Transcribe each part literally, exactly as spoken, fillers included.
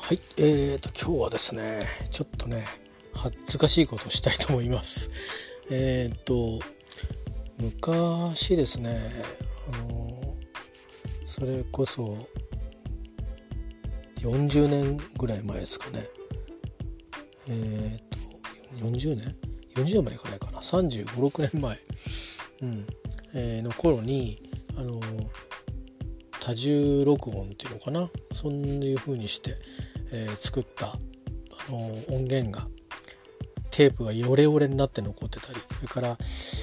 はい、えーと今日はですねちょっとね恥ずかしいことをしたいと思います。えーと昔ですね、あのそれこそよんじゅうねんぐらい前ですかね。えーとよんじゅうねんよんじゅうねんまでいかないかな、さんじゅうご、ろくねんまえ、うんえー、の頃にあの多重録音っていうのかな、そういう風にして、えー、作ったあの音源がテープがヨレヨレになって残ってたり、それから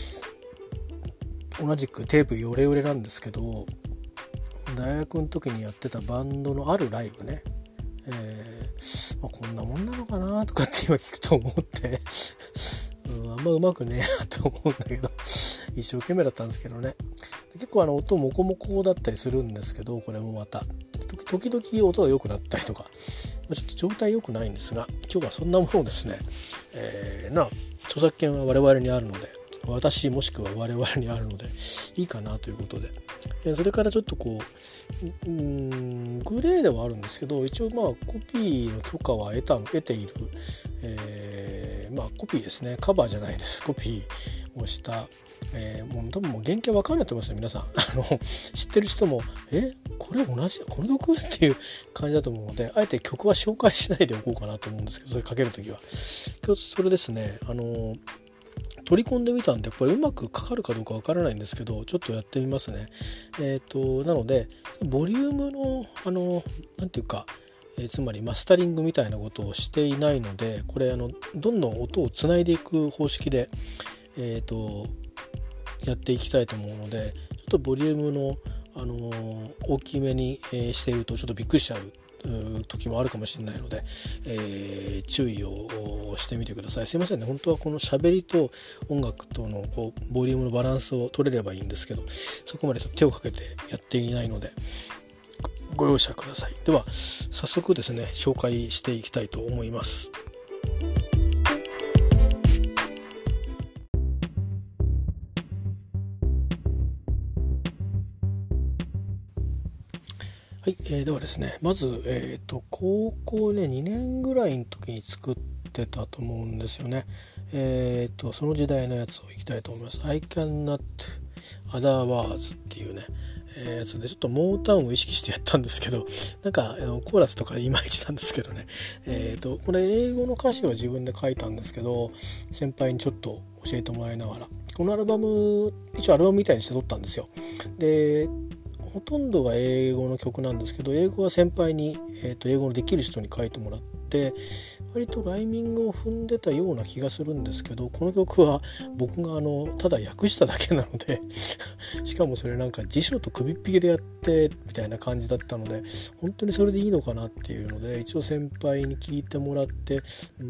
同じくテープヨレヨレなんですけど、大学の時にやってたバンドのあるライブね、えーまあ、こんなもんなのかなとかって今聞くと思ってうん、あんまうまくねえなと思うんだけど一生懸命だったんですけどね。結構あの音モコモコだったりするんですけど、これもまた時々音が良くなったりとか、ちょっと状態良くないんですが、今日はそんなものをですね、えー、な著作権は我々にあるので、私もしくは我々にあるのでいいかなということで、それからちょっとこう、うーんグレーではあるんですけど、一応まあコピーの許可は得た得ている、えー、まあコピーですね、カバーじゃないです、コピーをした、えー、もう多分もう原型わかんないと思いますよ皆さん。あの知ってる人もえこれ同じこの曲っていう感じだと思うので、あえて曲は紹介しないでおこうかなと思うんですけど、それかけるときは今日それですね、あの取り込んでみたんでやっぱりうまくかかるかどうかわからないんですけど、ちょっとやってみますね。えっとなのでボリュームのあのなんていうか、えー、つまりマスタリングみたいなことをしていないので、これあのどんどん音をつないでいく方式でえっとやっていきたいと思うので、ちょっとボリュームの、あのー、大きめに、えー、しているとちょっとびっくりしちゃう時もあるかもしれないので、えー、注意をしてみてください。すいませんね、本当はこの喋りと音楽とのこうボリュームのバランスを取れればいいんですけど、そこまでちょっと手をかけてやっていないのでご容赦ください。では早速ですね紹介していきたいと思います。はい、えー、ではですね、まず、えーと、高校ねにねんぐらいの時に作ってたと思うんですよね。えーと、その時代のやつをいきたいと思います。I cannot other words っていうね、えー、やつでちょっとモータウンを意識してやったんですけど、なんかあのコーラスとかいまいちなんですけどね。えーと、これ英語の歌詞は自分で書いたんですけど、先輩にちょっと教えてもらいながら、このアルバム、一応アルバムみたいにして撮ったんですよ。でほとんどが英語の曲なんですけど、英語は先輩に、えーと、英語のできる人に書いてもらって、割とライミングを踏んでたような気がするんですけど、この曲は僕があのただ訳しただけなのでしかもそれなんか辞書と首っ引きでやってみたいな感じだったので、本当にそれでいいのかなっていうので、一応先輩に聞いてもらって、うん、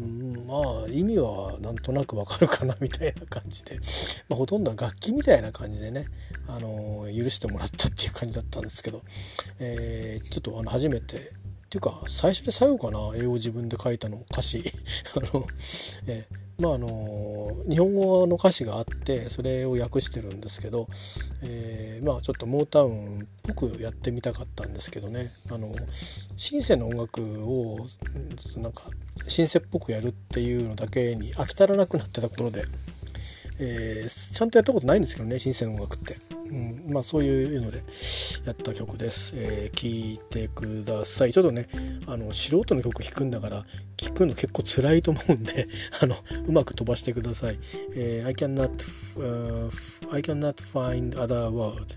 まあ意味はなんとなくわかるかなみたいな感じで、まあ、ほとんどは楽器みたいな感じでね、あの許してもらったっていう感じだったんですけど、えー、ちょっとあの初めてっていうか最初で最後かな、英語自分で書いたの歌詞あの、えー、まああの日本語の歌詞があってそれを訳してるんですけど、えー、まあちょっとモータウンっぽくやってみたかったんですけどね、あのシンセの音楽をなんかシンセっぽくやるっていうのだけに飽き足らなくなってた頃で、えー、ちゃんとやったことないんですけどね、シンセの音楽って、うん、まあそういうのでやった曲です。えー、聴いてください。ちょっとねあの素人の曲弾くんだから聴くの結構辛いと思うんであのうまく飛ばしてください。えー、I cannot、uh, I cannot find other word。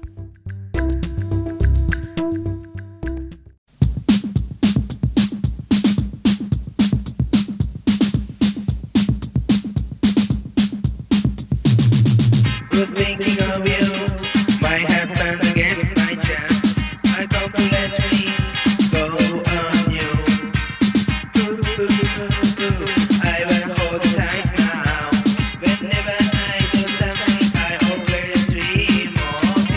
Thinking of you, my head turned against my chest. I thought to let me go on you. I will hold tight now. Whenever I do something, I always dream of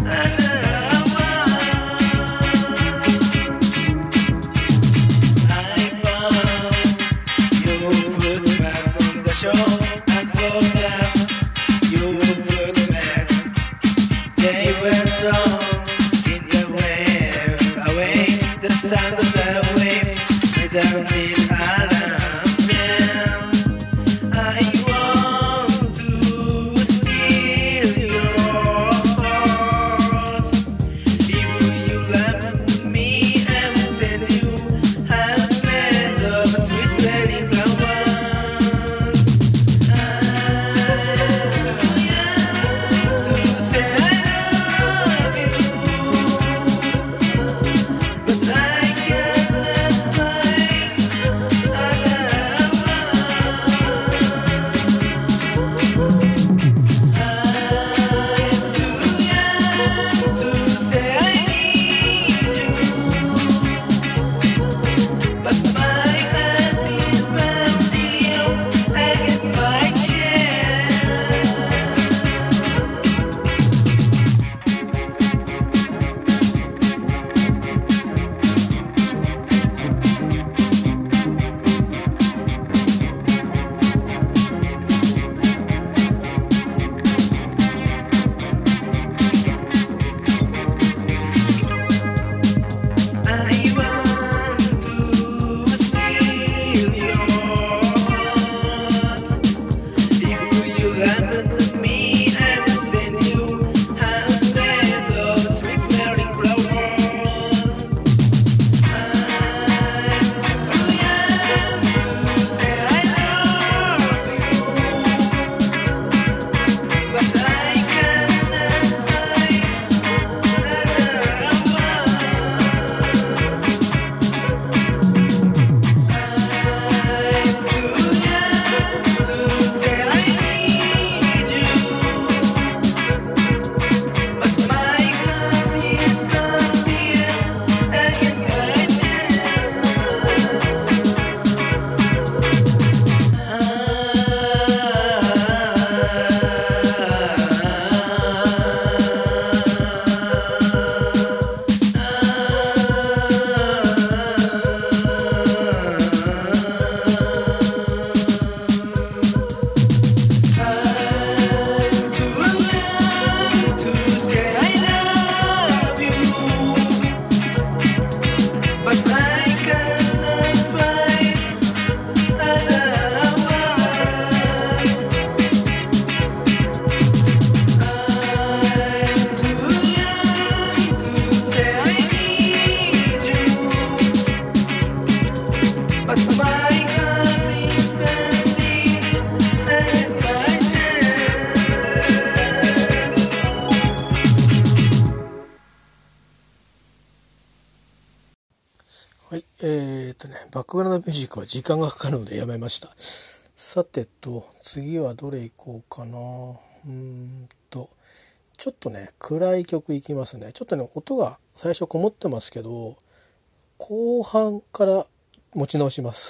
はい、えーとね、バックグラウンドミュージックは時間がかかるのでやめました。さてと、次はどれいこうかな。うーんと、ちょっとね、暗い曲いきますね。ちょっとね、音が最初こもってますけど、後半から持ち直します。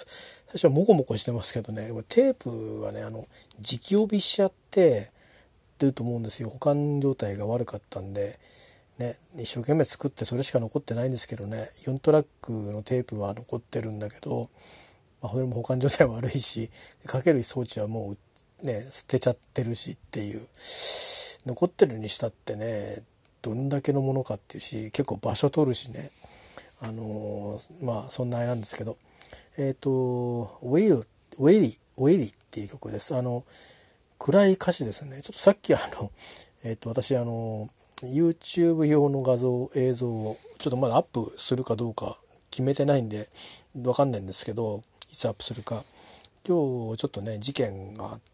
最初はモコモコしてますけどね、テープがね、あの、磁気帯びしちゃってると思うんですよ。保管状態が悪かったんで。ね、一生懸命作ってそれしか残ってないんですけどね、よんトラックのテープは残ってるんだけど、まあ、それも保管状態悪いし、かける装置はもうね捨てちゃってるしっていう、残ってるにしたってねどんだけのものかっていうし、結構場所取るしね、あのー、まあそんなあれなんですけど、えっと「ウェイル」「ウェイリ」「ウェイリ」っていう曲です。あの暗い歌詞ですね。ちょっとさっきあのえっと私あの YouTube 用の画像映像をちょっとまだアップするかどうか決めてないんで分かんないんですけど、いつアップするか。今日ちょっとね事件があって、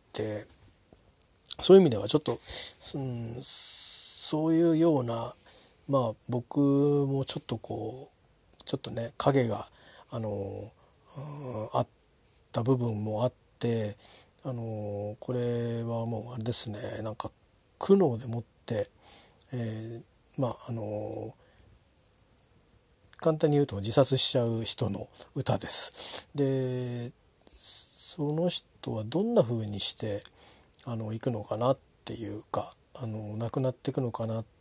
そういう意味ではちょっと、うん、そういうような、まあ僕もちょっとこうちょっとね影があの、うん、あった部分もあって、あのこれはもうあれですね、なんか苦悩でもって、えー、まああの簡単に言うと自殺しちゃう人の歌です。でその人はどんな風にしてあの行くのかなっていうか、あの亡くなっていくのかなっ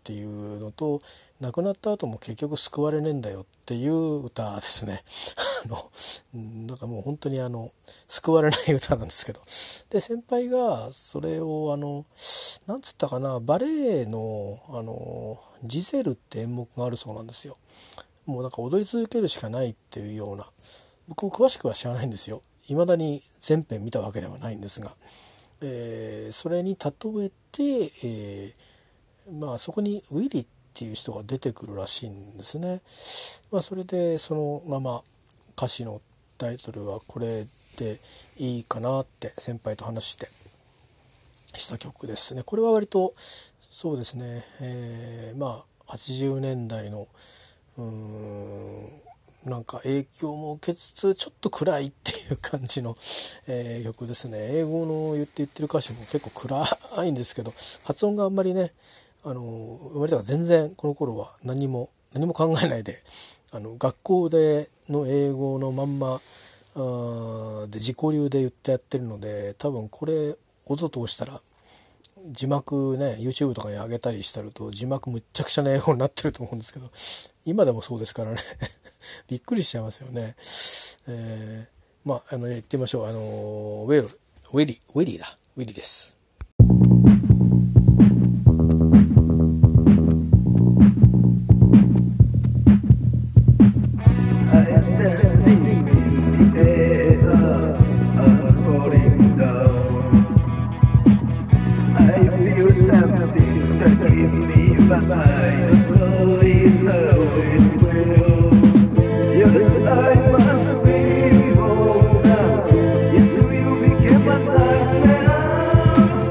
っていうのと、亡くなった後も結局救われねえんだよっていう歌ですね。あのなんかもう本当にあの救われない歌なんですけど、で先輩がそれをあのなんつったかな、バレエのあのジゼルって演目があるそうなんですよ。もうなんか踊り続けるしかないっていうような、僕も詳しくは知らないんですよ。未だに全編見たわけではないんですが、えー、それに例えて、えー、まあそこにウィリーっていう人が出てくるらしいんですね。まあ、それでそのまま歌詞のタイトルはこれでいいかなって先輩と話してした曲ですね。これは割とそうですね、えー、まあはちじゅうねんだいのうーんなんか影響も受けつつちょっと暗いっていう感じの、えー、曲ですね。英語の言って言ってる歌詞も結構暗いんですけど、発音があんまりね、あの生まれたら全然この頃は何も何も考えないで、あの学校での英語のまんまあで自己流で言ってやってるので、多分これ音通したら字幕ね YouTube とかに上げたりしたると字幕むっちゃくちゃな英語になってると思うんですけど、今でもそうですからねびっくりしちゃいますよね。えー、まああの言ってみましょう。あのウェルウェリウェリーだウェリーです。 Yes, you became a nightmare.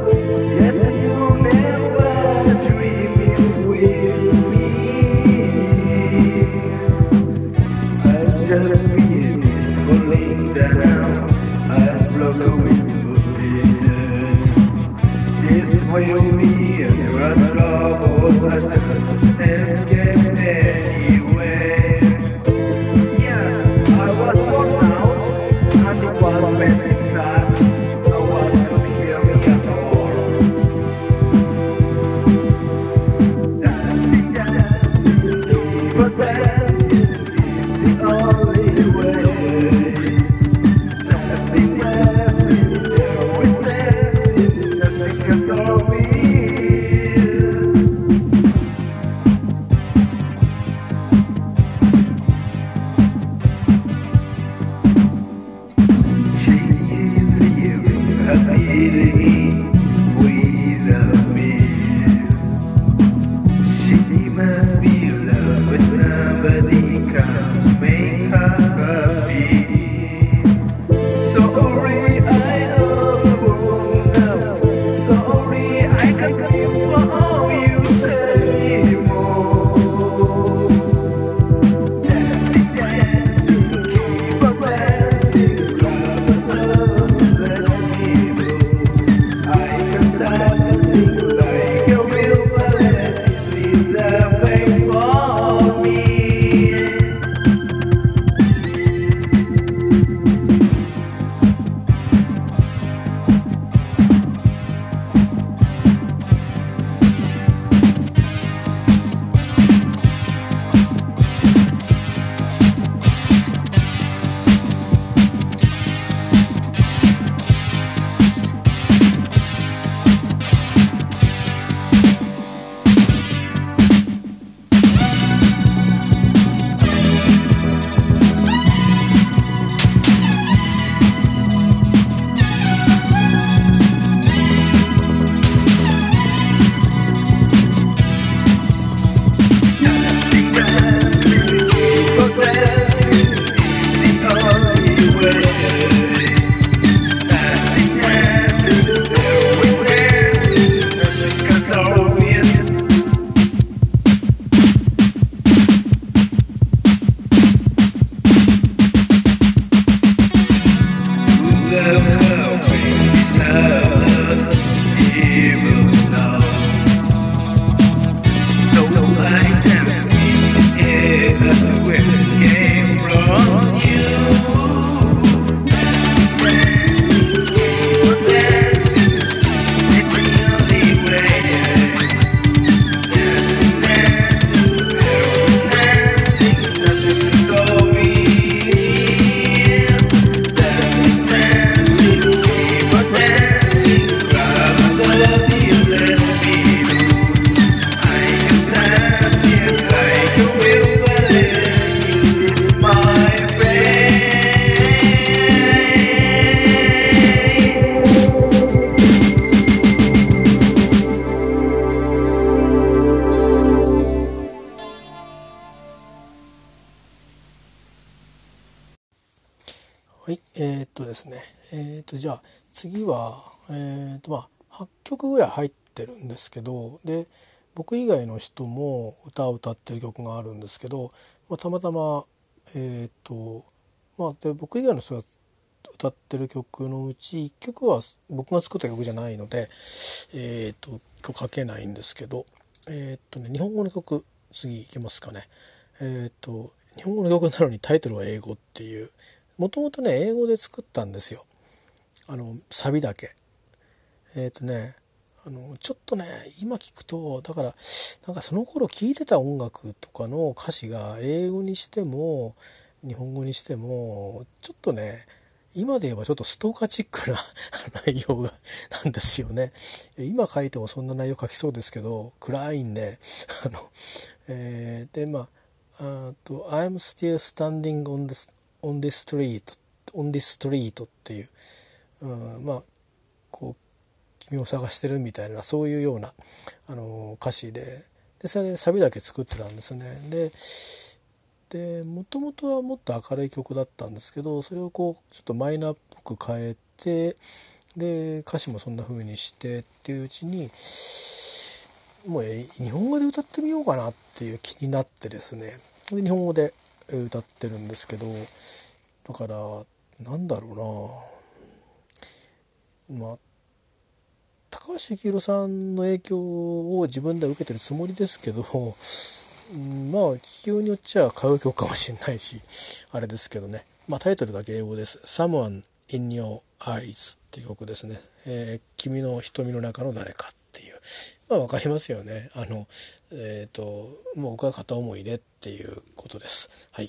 はい、えー、っとですね、えー、っとじゃあ次は、えー、っとまあはっきょくぐらい入ってるんですけど、で僕以外の人も歌を歌ってる曲があるんですけど、まあ、たまたまえー、っとまあで僕以外の人が歌ってる曲のうちいっきょくは僕が作った曲じゃないので、えー、っと今日書けないんですけど、えー、っとね日本語の曲次いけますかね。えー、っと日本語の曲なのにタイトルは英語っていう、もともとね英語で作ったんですよ、あのサビだけ。えっ、とねあのちょっとね今聞くとだからなんかその頃聴いてた音楽とかの歌詞が英語にしても日本語にしてもちょっとね今で言えばちょっとストーカーチックな内容がなんですよね。今書いてもそんな内容書きそうですけど暗いんであの、えー、でまああと I'm still standing on the, on the street on the street っていう、うん、まあこう君を探してるみたいなそういうような、あの歌詞で、でそれでサビだけ作ってたんですね。ででもともとはもっと明るい曲だったんですけど、それをこうちょっとマイナーっぽく変えて、で歌詞もそんな風にしてっていううちにもう日本語で歌ってみようかなっていう気になってですね、で日本語で歌ってるんですけど、だからなんだろうな、まあ高橋幸宏さんの影響を自分では受けてるつもりですけど、うん、まあ聞きようによっちゃ歌謡曲かもしれないしあれですけどね、まあタイトルだけ英語です。 Someone in Your Eyes っていう曲ですね、えー、君の瞳の中の誰かっていう、まあわかりますよね。あのえっ、ー、ともう僕は片思いでっていうことです。はい。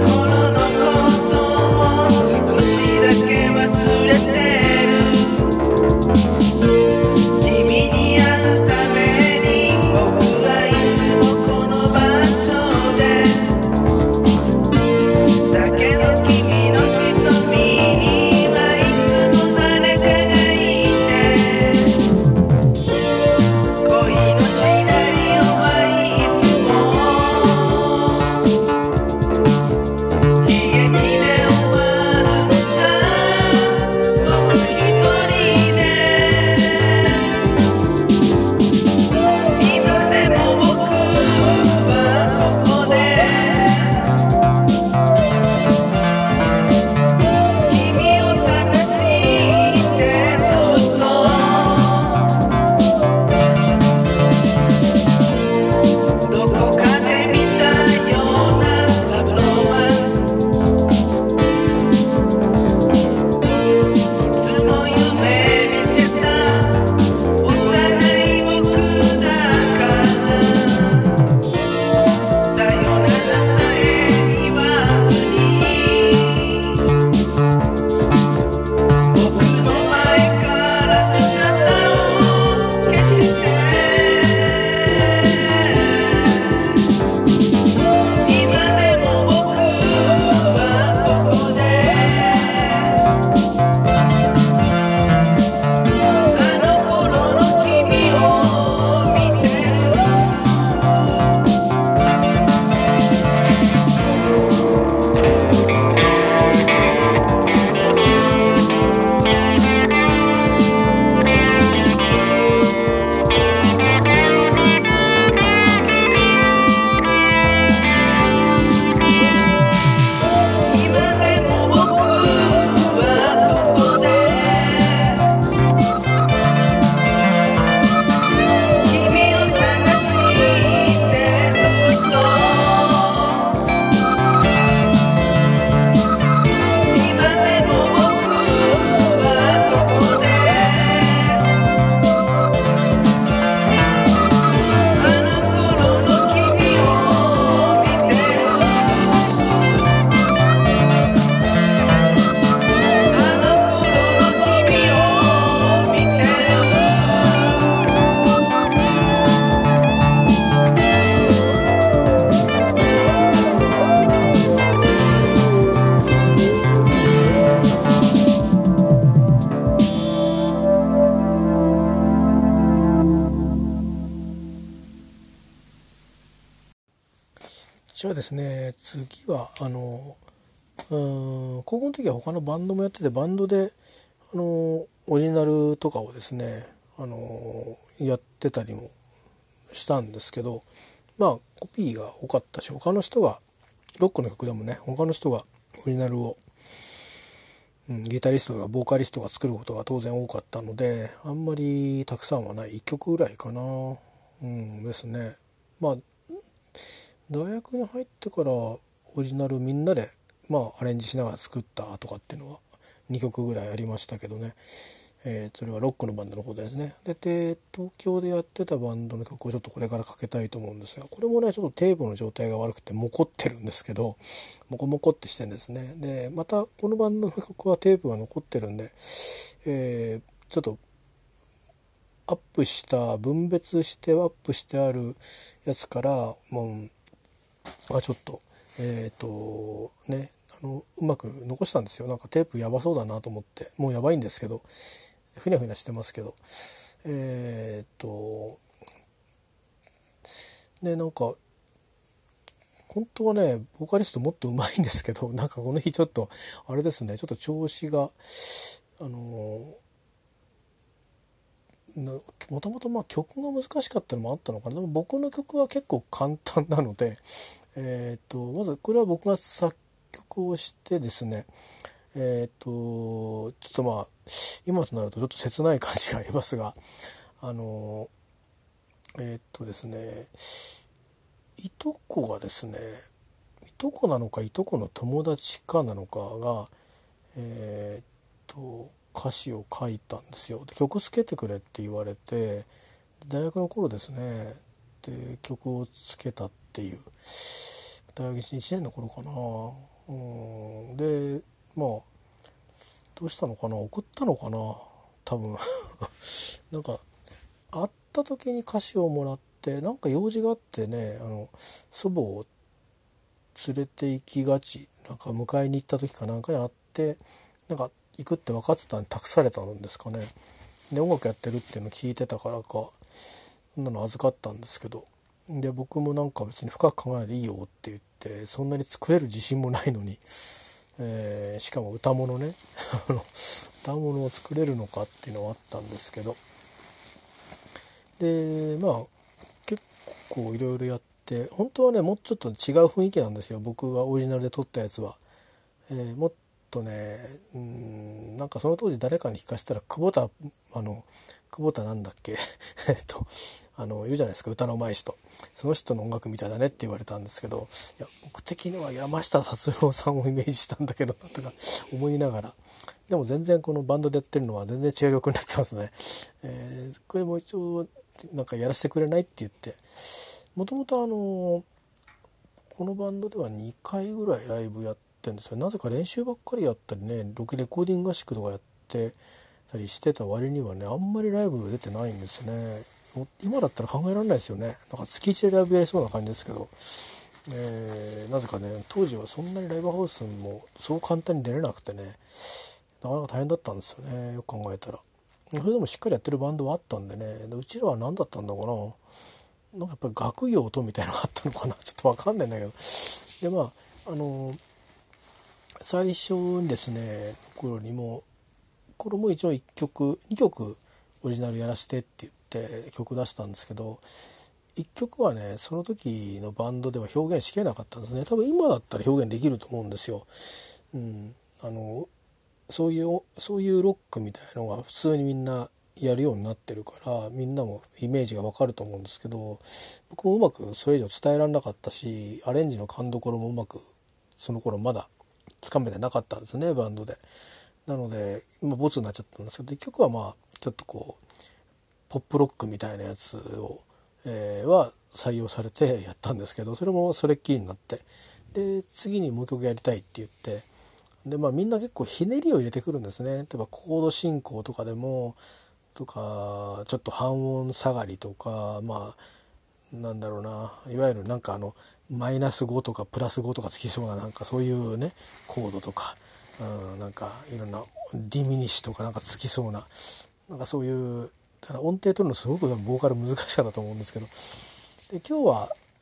忘れてるじゃあですね、次はあのうーん高校の時は他のバンドもやってて、バンドであのオリジナルとかをですねあのやってたりもしたんですけど、まあコピーが多かったし、他の人がロックの曲でもね他の人がオリジナルを、うん、ギタリストとかボーカリストが作ることが当然多かったので、あんまりたくさんはない、いっきょくぐらいかな、うん、ですね。まあ大学に入ってからオリジナルみんなで、まあ、アレンジしながら作ったとかっていうのはにきょくぐらいありましたけどね、えー、それはロックのバンドの方ですね。で、で東京でやってたバンドの曲をちょっとこれからかけたいと思うんですが、これもねちょっとテープの状態が悪くてモコってるんですけど、モコモコってしてんですね。でまたこのバンドの曲はテープが残ってるんで、えー、ちょっとアップした分別してアップしてあるやつからもうあちょっとえっ、ー、とねあのうまく残したんですよ。なんかテープやばそうだなと思って、もうやばいんですけど、ふにゃふにゃしてますけど、えっ、ー、とねなんか本当はねボーカリストもっと上手いんですけど、なんかこの日ちょっとあれですね、ちょっと調子があのもともとまあ曲が難しかったのもあったのかな。でも僕の曲は結構簡単なので、えー、とまずこれは僕が作曲をしてですね、えー、とちょっとまあ今となるとちょっと切ない感じがありますが、あのえっ、とですねいとこがですねいとこなのかいとこの友達かなのかがえっ、と歌詞を書いたんですよ。で曲つけてくれって言われて、大学の頃ですねで曲をつけたっていう、大学いちねんの頃かな。うんでまあどうしたのかな、送ったのかな多分なんか会った時に歌詞をもらって、なんか用事があってね、あの祖母を連れて行きがち、なんか迎えに行った時かなんかに会って、なんか行くって分かってたんで託されたんですかね。で音楽やってるっていうのを聞いてたからかそんなの預かったんですけど、で僕もなんか別に深く考えないでいいよって言って、そんなに作れる自信もないのに、えー、しかも歌物ね歌物を作れるのかっていうのはあったんですけど、でまあ結構いろいろやって、本当はねもうちょっと違う雰囲気なんですよ、僕がオリジナルで撮ったやつは。えー、もっとねうんなんかその当時誰かに聞かせたら、久保田あの久保田なんだっけえっとあのいるじゃないですか、歌の上手い人、その人の音楽みたいだねって言われたんですけど、いや僕的には山下達郎さんをイメージしたんだけどなとか思いながら、でも全然このバンドでやってるのは全然違う曲になってますね。えー、これも一応なんかやらせてくれないって言って、もともとあのこのバンドではにかいぐらいライブやってるんですよ。なぜか練習ばっかりやったりね、ロケレコーディング合宿とかやってたりしてた割にはね、あんまりライブ出てないんですね。今だったら考えられないですよね。なんか月いちでライブやりそうな感じですけど、えー、なぜかね当時はそんなにライブハウスもそう簡単に出れなくてね、なかなか大変だったんですよね、よく考えたら。それでもしっかりやってるバンドはあったんでね、うちらは何だったんだろうな、なんかやっぱり学業とみたいなのがあったのかな、ちょっと分かんないんだけど、でまああのー、最初にですね頃にもこれも一応いっきょくにきょくオリジナルやらせてって言って曲出したんですけど、いっきょくはねその時のバンドでは表現しきれなかったんですね。多分今だったら表現できると思うんですよ。うん、あのそういうそういうロックみたいなのが普通にみんなやるようになってるから、みんなもイメージがわかると思うんですけど、僕もうまくそれ以上伝えられなかったし、アレンジの勘どころもうまくその頃まだつかめてなかったんですね、バンドで。なので今ボツになっちゃったんですけど、いっきょくはまあちょっとこうポップロックみたいなやつを、えー、は採用されてやったんですけど、それもそれっきりになって、で次にもう一曲やりたいって言って、でまあみんな結構ひねりを入れてくるんですね。例えばコード進行とかでもとかちょっと半音下がりとか、まあなんだろうな、いわゆるなんかあのマイナスごとかプラスごとかつきそうな、なんかそういうねコードとか、うん、なんかいろんなディミニッシュとかなんかつきそうな、なんかそういうだから音程取るのすごくボーカル難しかったと思うんですけど、で今日は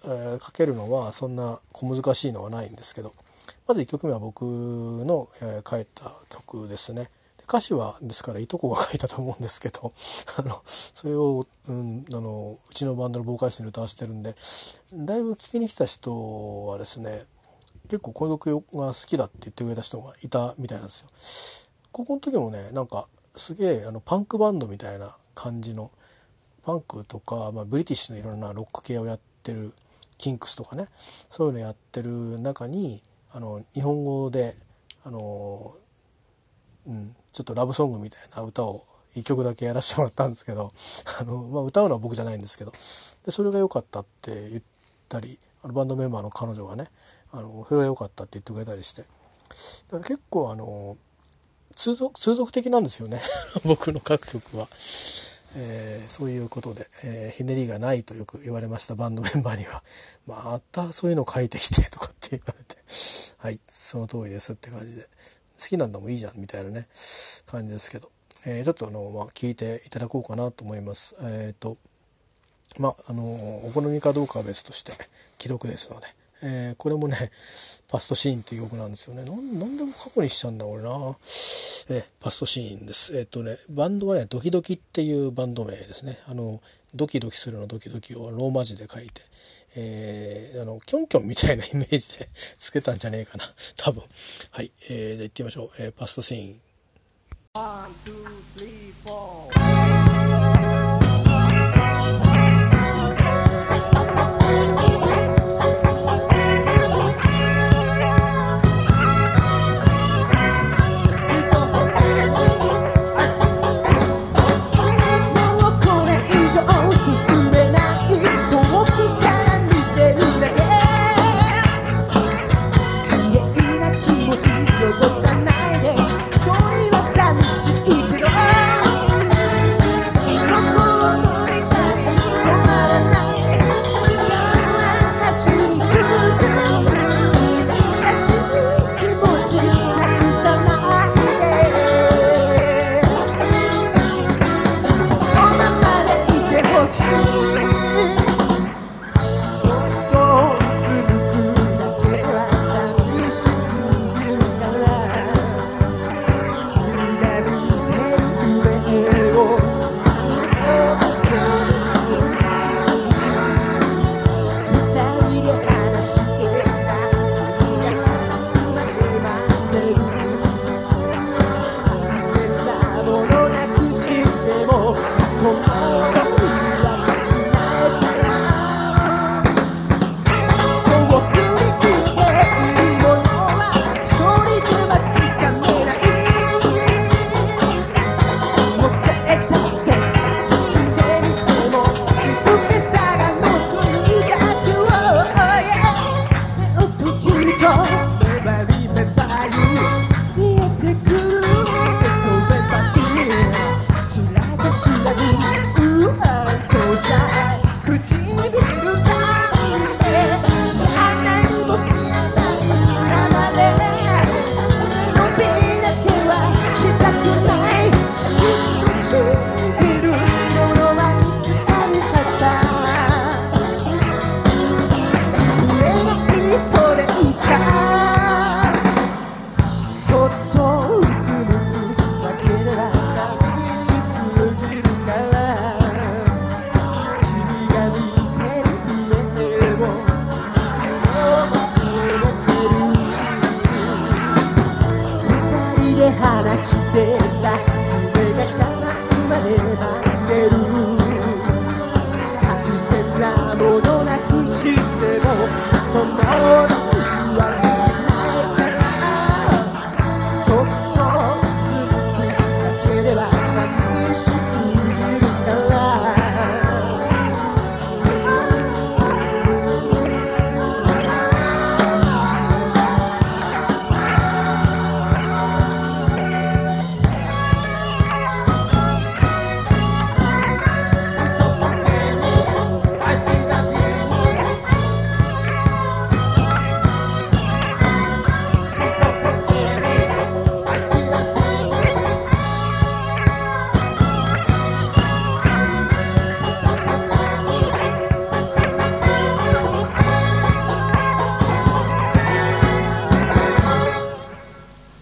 えー、かけるのはそんな小難しいのはないんですけど、まずいっきょくめは僕の、えー、書いた曲ですね。で歌詞はですからいとこが書いたと思うんですけどあのそれを、うん、あのうちのバンドのボーカリストに歌わせてるんで、だいぶ聞きに来た人はですね、結構この曲が好きだって言ってくれた人がいたみたいなんですよ。高校の時もね、なんかすげえあのパンクバンドみたいな感じの、パンクとか、まあ、ブリティッシュのいろんなロック系をやってるキンクスとかね、そういうのやってる中にあの日本語であの、うん、ちょっとラブソングみたいな歌をいっきょくだけやらせてもらったんですけどあの、まあ、歌うのは僕じゃないんですけど、でそれが良かったって言ったり、あのバンドメンバーの彼女がね、あのそれが良かったって言ってくれたりして、だから結構あの通俗、通俗的なんですよね僕の各曲は。えー、そういうことで、えー、ひねりがないとよく言われました。バンドメンバーにはまたそういうの書いてきてとかって言われてはいその通りですって感じで、好きなんだもんいいじゃんみたいなね感じですけど、えー、ちょっとあの、まあ、聞いていただこうかなと思います。えっとまああのお好みかどうかは別として記録ですので、えー、これもねパストシーンっていう曲なんですよね。なん、なんでも過去にしちゃうんだ俺な。えパストシーンです。えっとねバンドはねドキドキっていうバンド名ですね。あのドキドキするのドキドキをローマ字で書いて、えー、あのキョンキョンみたいなイメージでつけたんじゃねえかな多分。はい、えー、じゃあ行ってみましょう。えー、パストシーン。ワン、ツー、スリー、フォー。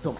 どうも。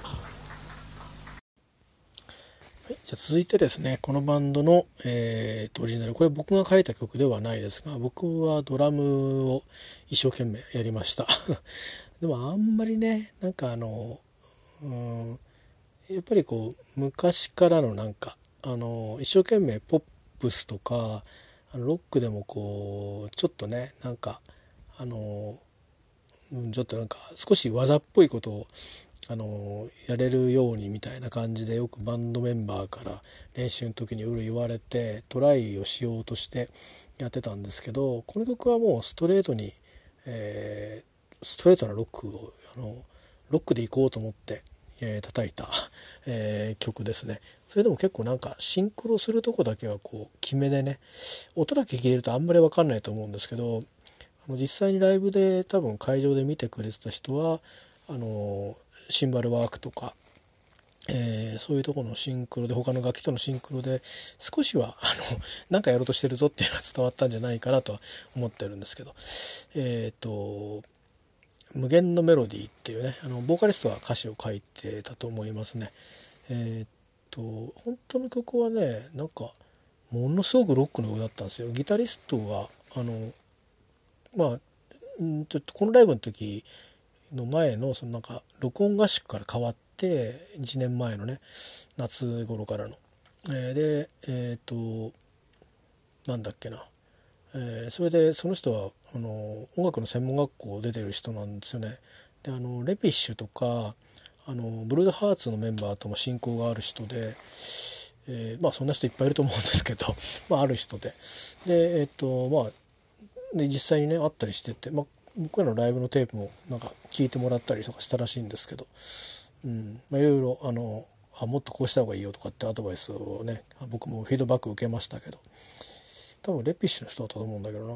はい、じゃあ続いてですね、このバンドの、えー、オリジナル、これ僕が書いた曲ではないですが、僕はドラムを一生懸命やりましたでもあんまりね、なんかあのうんやっぱりこう昔からのなんかあの一生懸命ポップスとかあのロックでもこうちょっとね、なんかあのちょっとなんか少し技っぽいことをあのやれるようにみたいな感じで、よくバンドメンバーから練習の時にいろいろ言われてトライをしようとしてやってたんですけど、この曲はもうストレートに、えー、ストレートなロックをあのロックでいこうと思って、えー、叩いた、えー、曲ですね。それでも結構なんかシンクロするとこだけはこう決めでね、音だけ聞いてるとあんまり分かんないと思うんですけど、あの実際にライブで多分会場で見てくれてた人はあのシンバルワークとか、えー、そういうところのシンクロで、他の楽器とのシンクロで少しはあのなんかやろうとしてるぞっていうのは伝わったんじゃないかなとは思ってるんですけど、えっと無限のメロディーっていうね、あのボーカリストは歌詞を書いてたと思いますね。えっと本当の曲はね、なんかものすごくロックの曲だったんですよ。ギタリストがあのまあんちょっとこのライブの時の前のそのなんか録音合宿から変わっていちねんまえのね夏頃からの、えー、でえっとなんだっけな、えー、それでその人はあの音楽の専門学校出てる人なんですよね。であのレピッシュとかあのブルードハーツのメンバーとも親交がある人で、えー、まあそんな人いっぱいいると思うんですけどまあある人ででえっ、とまあで実際にね会ったりしてて、まあ、僕らのライブのテープもなんか聞いてもらったりとかしたらしいんですけど、うんまあ、いろいろあのあもっとこうした方がいいよとかってアドバイスをね、僕もフィードバック受けましたけど、多分レピッシュの人だったと思うんだけどな。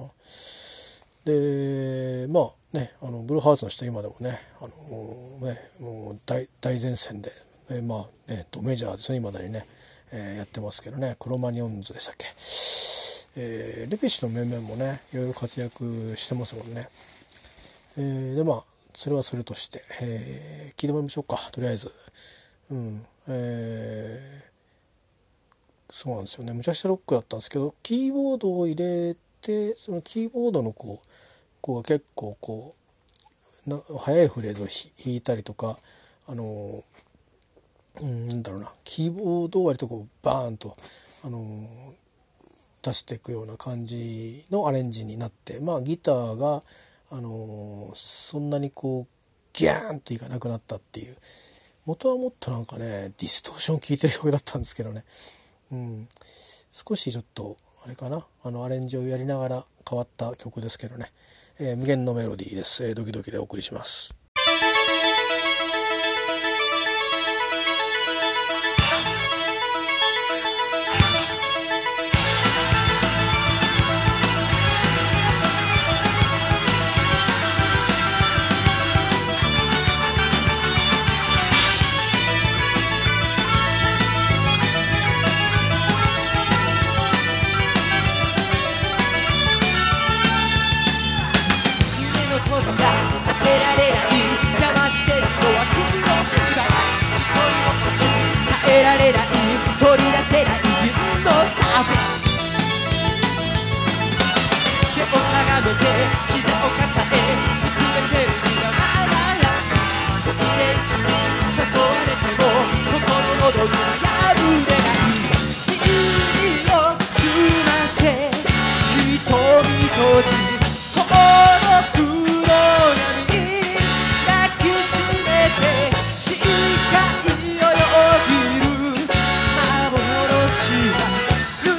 でまあね、あのブルーハーツの人今でもね、あのねもう 大, 大前線で、でまあねメジャーですね今だにね、えー、やってますけどね、クロマニオンズでしたっけ、えー、レピッシュの面々もねいろいろ活躍してますもんね。えー、でまあそれはそれとして、えー、聞いてもらいましょうか、とりあえず。うんえー、そうなんですよね、むちゃくちゃロックだったんですけど、キーボードを入れてそのキーボードのこうこう結構こうな速いフレーズを弾いたりとか、あのうんなんだろうな、キーボードを割とこうバーンとあの出していくような感じのアレンジになって、まあギターがあのそんなにこうギャーンといかなくなったっていう、元はもっとなんかねディストーション効いてる曲だったんですけどね、うん、少しちょっとあれかな、あのアレンジをやりながら変わった曲ですけどね、えー、無限のメロディーです、えー、ドキドキでお送りします。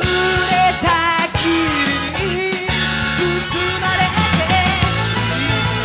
「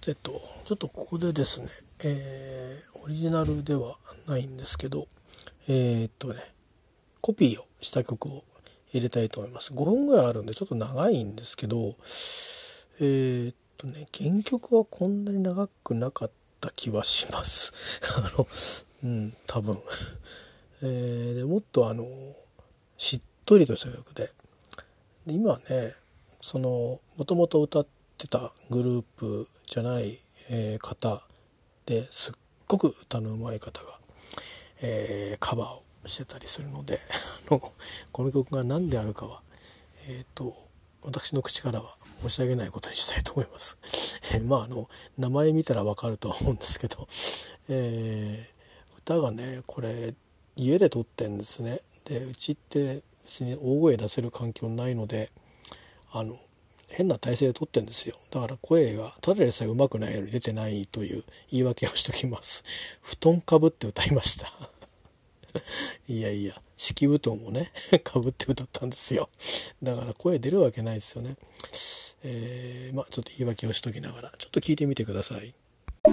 てとちょっとここでですね、えー、オリジナルではないんですけど、えー、っとねコピーをした曲を入れたいと思います。ごふんぐらいあるんでちょっと長いんですけど、えー、っとね原曲はこんなに長くなかった気はしますあのうん多分えー、でもっとあのしっとりとした曲で、で今ねそのもともと歌ってたグループじゃない、えー、方ですっごく歌の上手い方が、えー、カバーをしてたりするのでこの曲が何であるかは、えー、と私の口からは申し上げないことにしたいと思いますえー、まああの名前見たら分かるとは思うんですけど、えー、歌がねこれ家で撮ってんですね。でうちって別に大声出せる環境ないのであの変な体勢で撮ってんですよ。だから声がただでさえ上手くないように出てないという言い訳をしときます。布団かぶって歌いましたいやいや敷布団をねかぶって歌ったんですよ。だから声出るわけないですよね。えー、まあちょっと言い訳をしときながらちょっと聞いてみてください。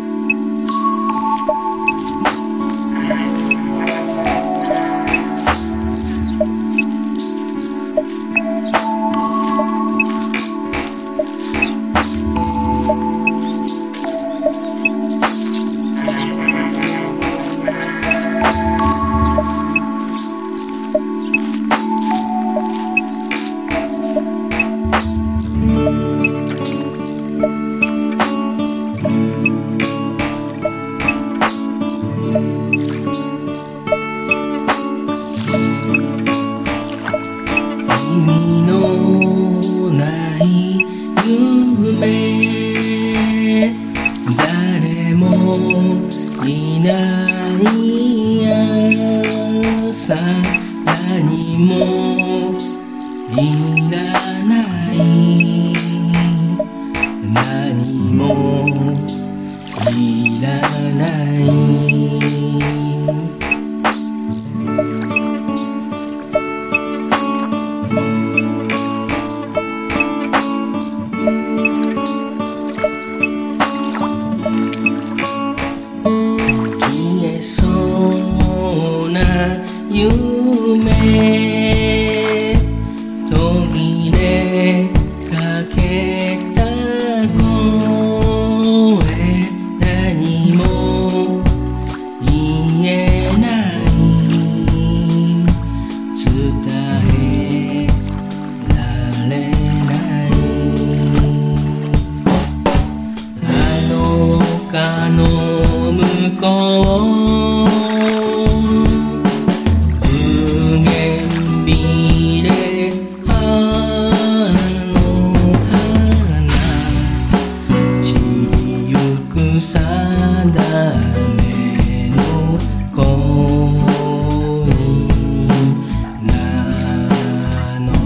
意味のない夢誰もいない朝何もいらない何もいらない消えそうな夢途切れかけた声何も言えない伝えられないあの丘の向こう無限美であの花散りゆく定めの恋なの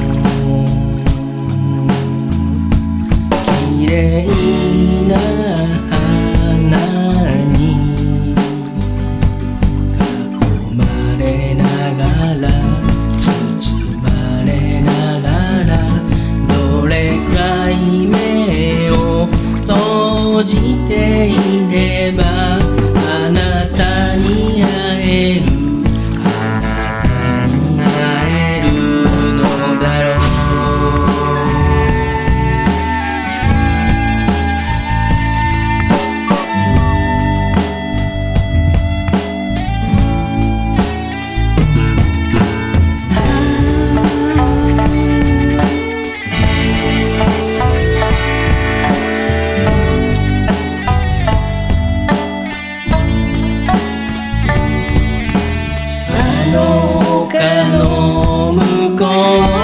綺麗な花に囲まれながら包まれながらどれくらい目を閉じていればあなたに会えるあなたに会えるのだろうあの丘の向こ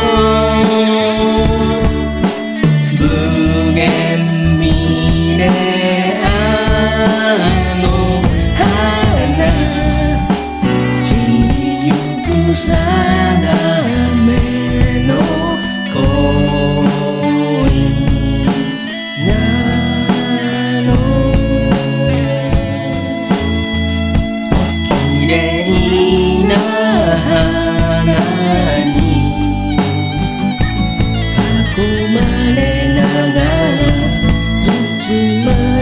う無限美であの花散りゆく定めの恋なの綺麗な花に囲まれながら包ま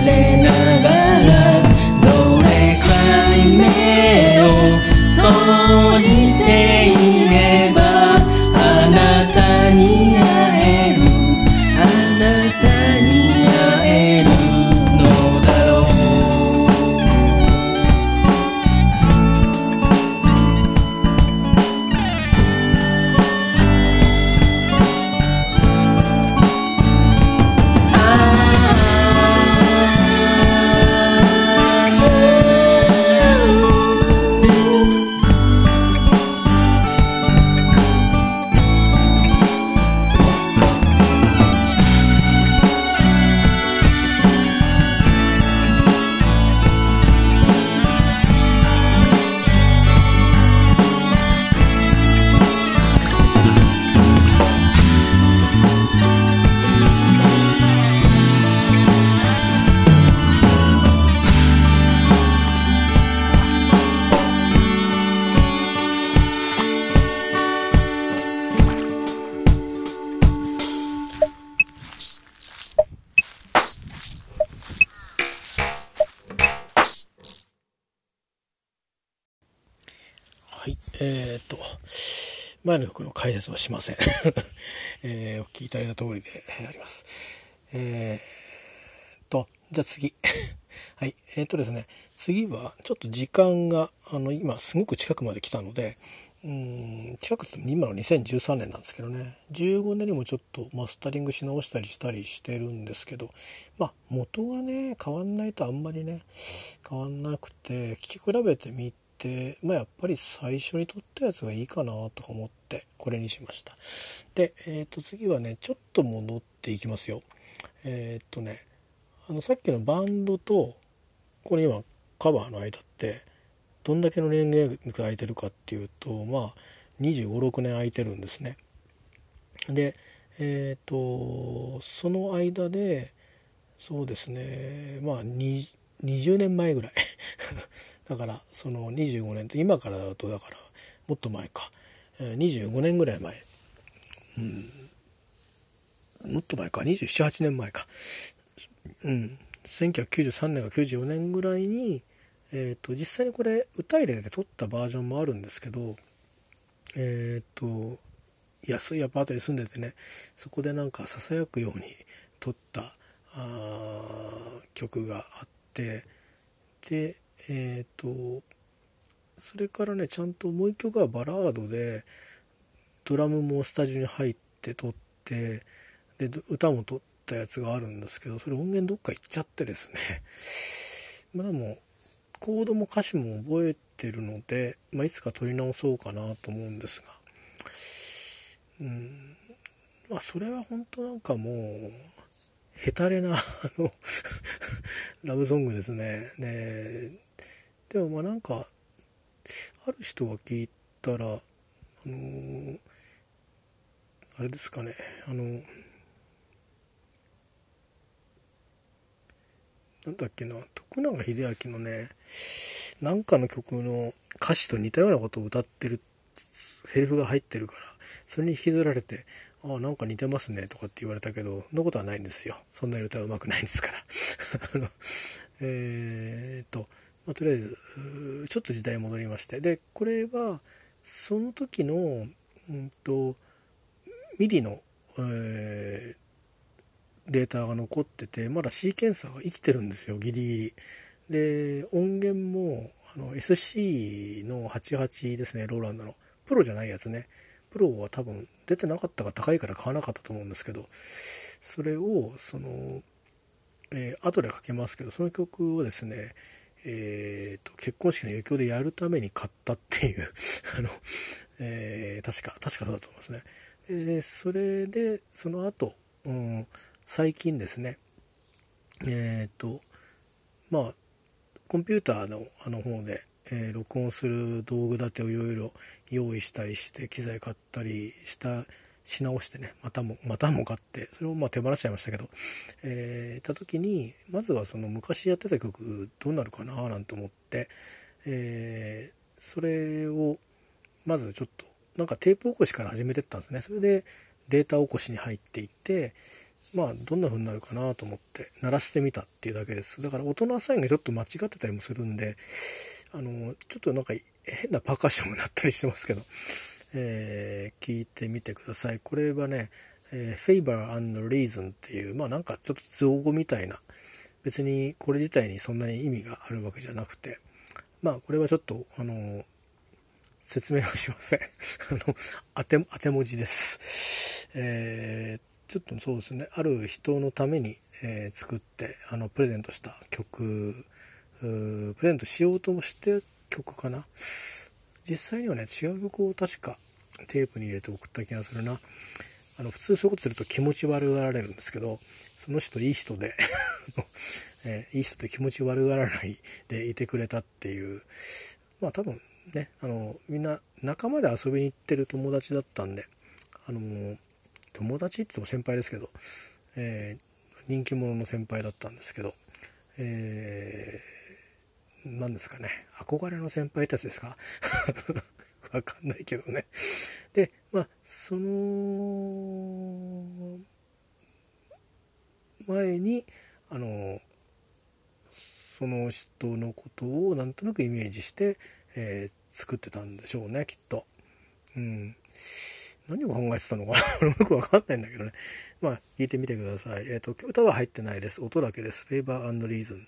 はい、えー、っと前の曲の解説はしません、えー、お聞きいただいた通りであります。えー、っとじゃあ次はいえー、っとですね次はちょっと時間があの今すごく近くまで来たので、うーん近くって今のにせんじゅうさんねんなんですけどね、じゅうごねんにもちょっとマスタリングし直したりしたりしてるんですけど、まあ元がね変わんないとあんまりね変わんなくて、聞き比べてみて、まあやっぱり最初に撮ったやつがいいかなとか思ってこれにしました。で、えー、と次はねちょっと戻っていきますよ。えっ、とねあのさっきのバンドとこれ今カバーの間ってどんだけの年月が空いてるかっていうと、まあにじゅうご、ろくねん空いてるんですね。でえっ、とその間でそうですねまあにじゅうねんまえぐらいだからそのにじゅうごねんって今からだとだからもっと前か、にじゅうごねんぐらい前、うん、もっと前かにじゅうなな、はちねんまえか、うん、せんきゅうひゃくきゅうじゅうさんねんかきゅうじゅうよねんぐらいに、えー、と実際にこれ歌入れで撮ったバージョンもあるんですけど、えっ、と安いアパートに住んでてね、そこでなんかささやくように撮ったあ曲があって、でえっ、とそれからねちゃんともう一曲はバラードでドラムもスタジオに入って撮って、で歌も撮ったやつがあるんですけど、それ音源どっか行っちゃってですねまあでもコードも歌詞も覚えてるので、まあ、いつか撮り直そうかなと思うんですが、うんまあそれは本当なんかもうヘタレなあのラブソングですね。ねでもまあなんかある人が聞いたらあのー、あれですかねあのなんだっけな徳永英明のねなんかの曲の歌詞と似たようなことを歌ってるセリフが入ってるから、それに引きずられてああなんか似てますねとかって言われたけど、そんなことはないんですよ。そんなに歌うまくないんですからあのえー、っと、まあ、とりあえずちょっと時代戻りまして、でこれはその時のうんとミディの、えー、データが残ってて、まだシーケンサーが生きてるんですよギリギリで。音源もあの エスシー のはちじゅうはちですね、ローランドのプロじゃないやつね。プロは多分出てなかったか高いから買わなかったと思うんですけど、それをその、えー、後でかけますけど、その曲をですね、えー、と結婚式の余興でやるために買ったっていうあの、えー、確か確かそうだと思いますね。でそれでその後、うん、最近ですねえっ、とまあコンピューターのあの方で、えー、録音する道具立てをいろいろ用意したりして機材買ったりしたし直してね、またもまたも買って、それをまあ手放しちゃいましたけど、えー、た時にまずはその昔やってた曲どうなるかななんて思って、えー、それをまずちょっとなんかテープ起こしから始めてったんですね。それでデータ起こしに入っていって、まあどんな風になるかなと思って鳴らしてみたっていうだけです。だから音のアサインがちょっと間違ってたりもするんで、あのちょっとなんか変なパーカッションが鳴ったりしてますけど、えー、聞いてみてください。これはね、えー、Favor and Reason っていう、まあなんかちょっと造語みたいな、別にこれ自体にそんなに意味があるわけじゃなくて、まあこれはちょっとあの説明はしませんあの当て当て文字です。えーちょっとそうですね、ある人のために、えー、作ってあのプレゼントした曲、プレゼントしようともして曲かな。実際にはね違う曲を確かテープに入れて送った気がするな。あの普通そういうことすると気持ち悪がられるんですけど、その人いい人で、えー、いい人で気持ち悪がらないでいてくれたっていう、まあ多分ねあのみんな仲間で遊びに行ってる友達だったんで、あのー友達って言っても先輩ですけど、えー、人気者の先輩だったんですけど、えー、何ですかね、憧れの先輩たちですかわかんないけどね。でまあその前にあのその人のことをなんとなくイメージして、えー、 作ってたんでしょうね、きっと。うん、何を考えてたのかなよくわかんないんだけどね。まあ聞いてみてください。えっと歌は入ってないです。音だけです。フェイバー&リーズン。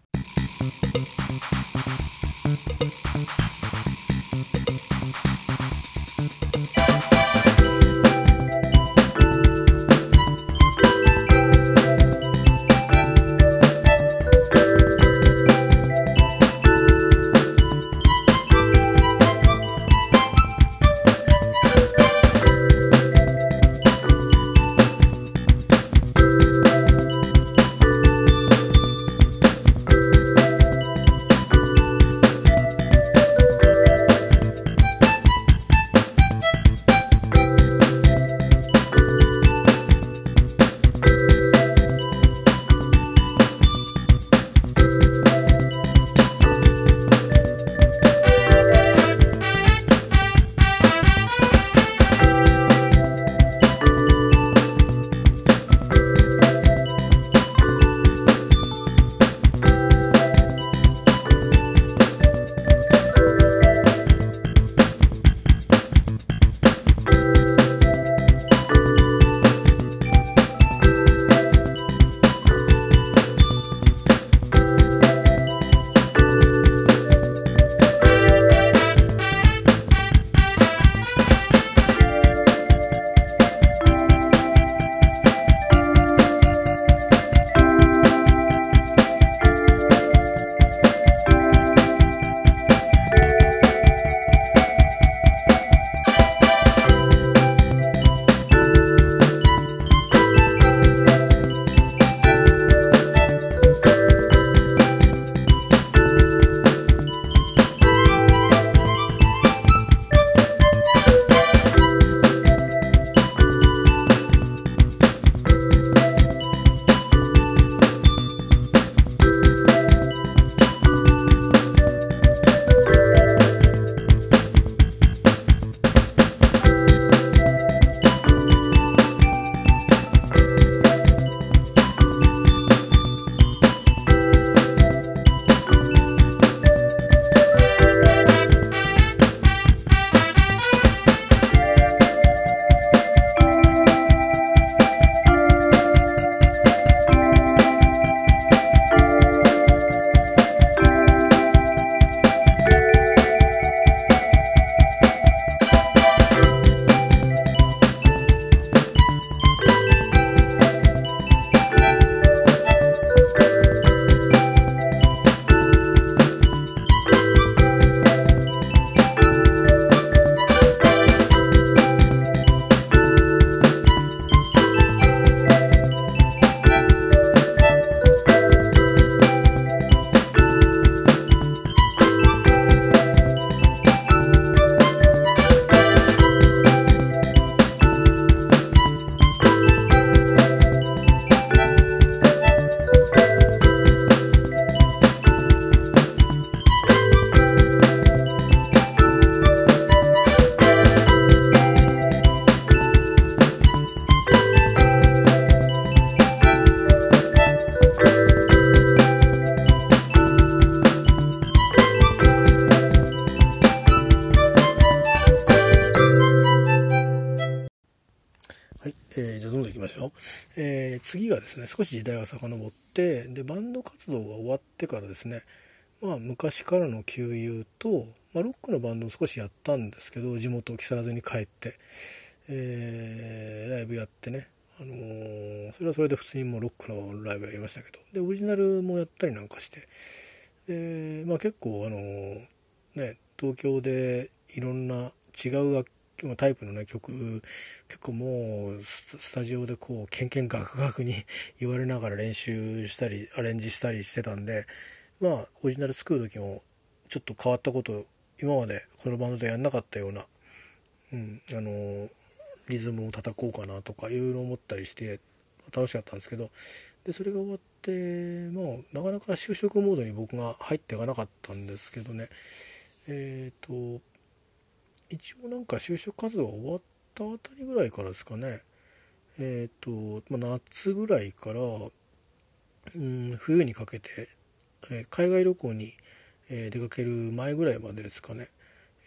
えー、じゃあどんどんいきますよ。えー、次がですね、少し時代が遡って、でバンド活動が終わってからですね、まあ昔からの旧友と、まあ、ロックのバンドを少しやったんですけど、地元木更津に帰って、えー、ライブやってね、あのー、それはそれで普通にもうロックのライブやりましたけど、でオリジナルもやったりなんかして、で、まあ、結構あのー、ね、東京でいろんな違う楽器タイプのね曲、結構もうスタジオでこうケンケンガクガクに言われながら練習したりアレンジしたりしてたんで、まあオリジナル作る時もちょっと変わったこと今までこのバンドでやんなかったような、うん、あのリズムを叩こうかなとかいろいろ思ったりして楽しかったんですけど、でそれが終わって、まあ、なかなか就職モードに僕が入っていかなかったんですけどね、えっと一応なんか就職活動が終わったあたりぐらいからですかね、えっと、まあ、夏ぐらいから、うん、冬にかけて、えー、海外旅行に、えー、出かける前ぐらいまでですかね、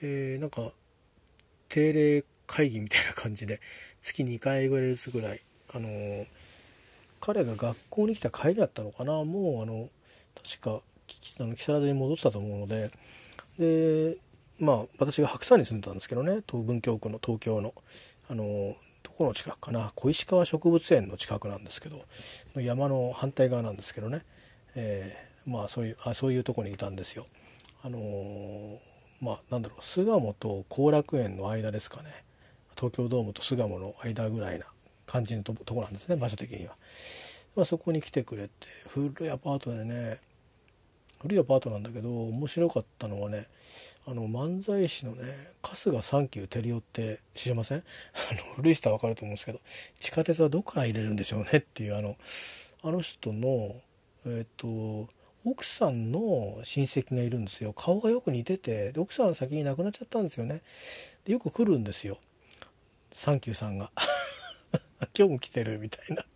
えー、なんか定例会議みたいな感じで月にかいぐらいずつぐらい、あのー、彼が学校に来た帰りだったのかな、もうあの確かあの木更津に戻ってたと思うので、でまあ私が白山に住んでたんですけどね、東文京区の東京のあのーどこの近くかな、小石川植物園の近くなんですけど、山の反対側なんですけどね、えー、まあそういうあそういうとこにいたんですよ。あのー、まあなんだろう、巣鴨と後楽園の間ですかね、東京ドームと巣鴨の間ぐらいな感じの と, とこなんですね、場所的には。まあ、そこに来てくれて、古いアパートでね、古いアパートなんだけど面白かったのはね、あの漫才師のね春日サンキュー照夫って知りません？あの古い人は分かると思うんですけど、地下鉄はどこから入れるんでしょうねっていう、あのあの人のえっ、と奥さんの親戚がいるんですよ。顔がよく似てて、で奥さん先に亡くなっちゃったんですよね。でよく来るんですよ、サンキューさんが今日も来てるみたいな。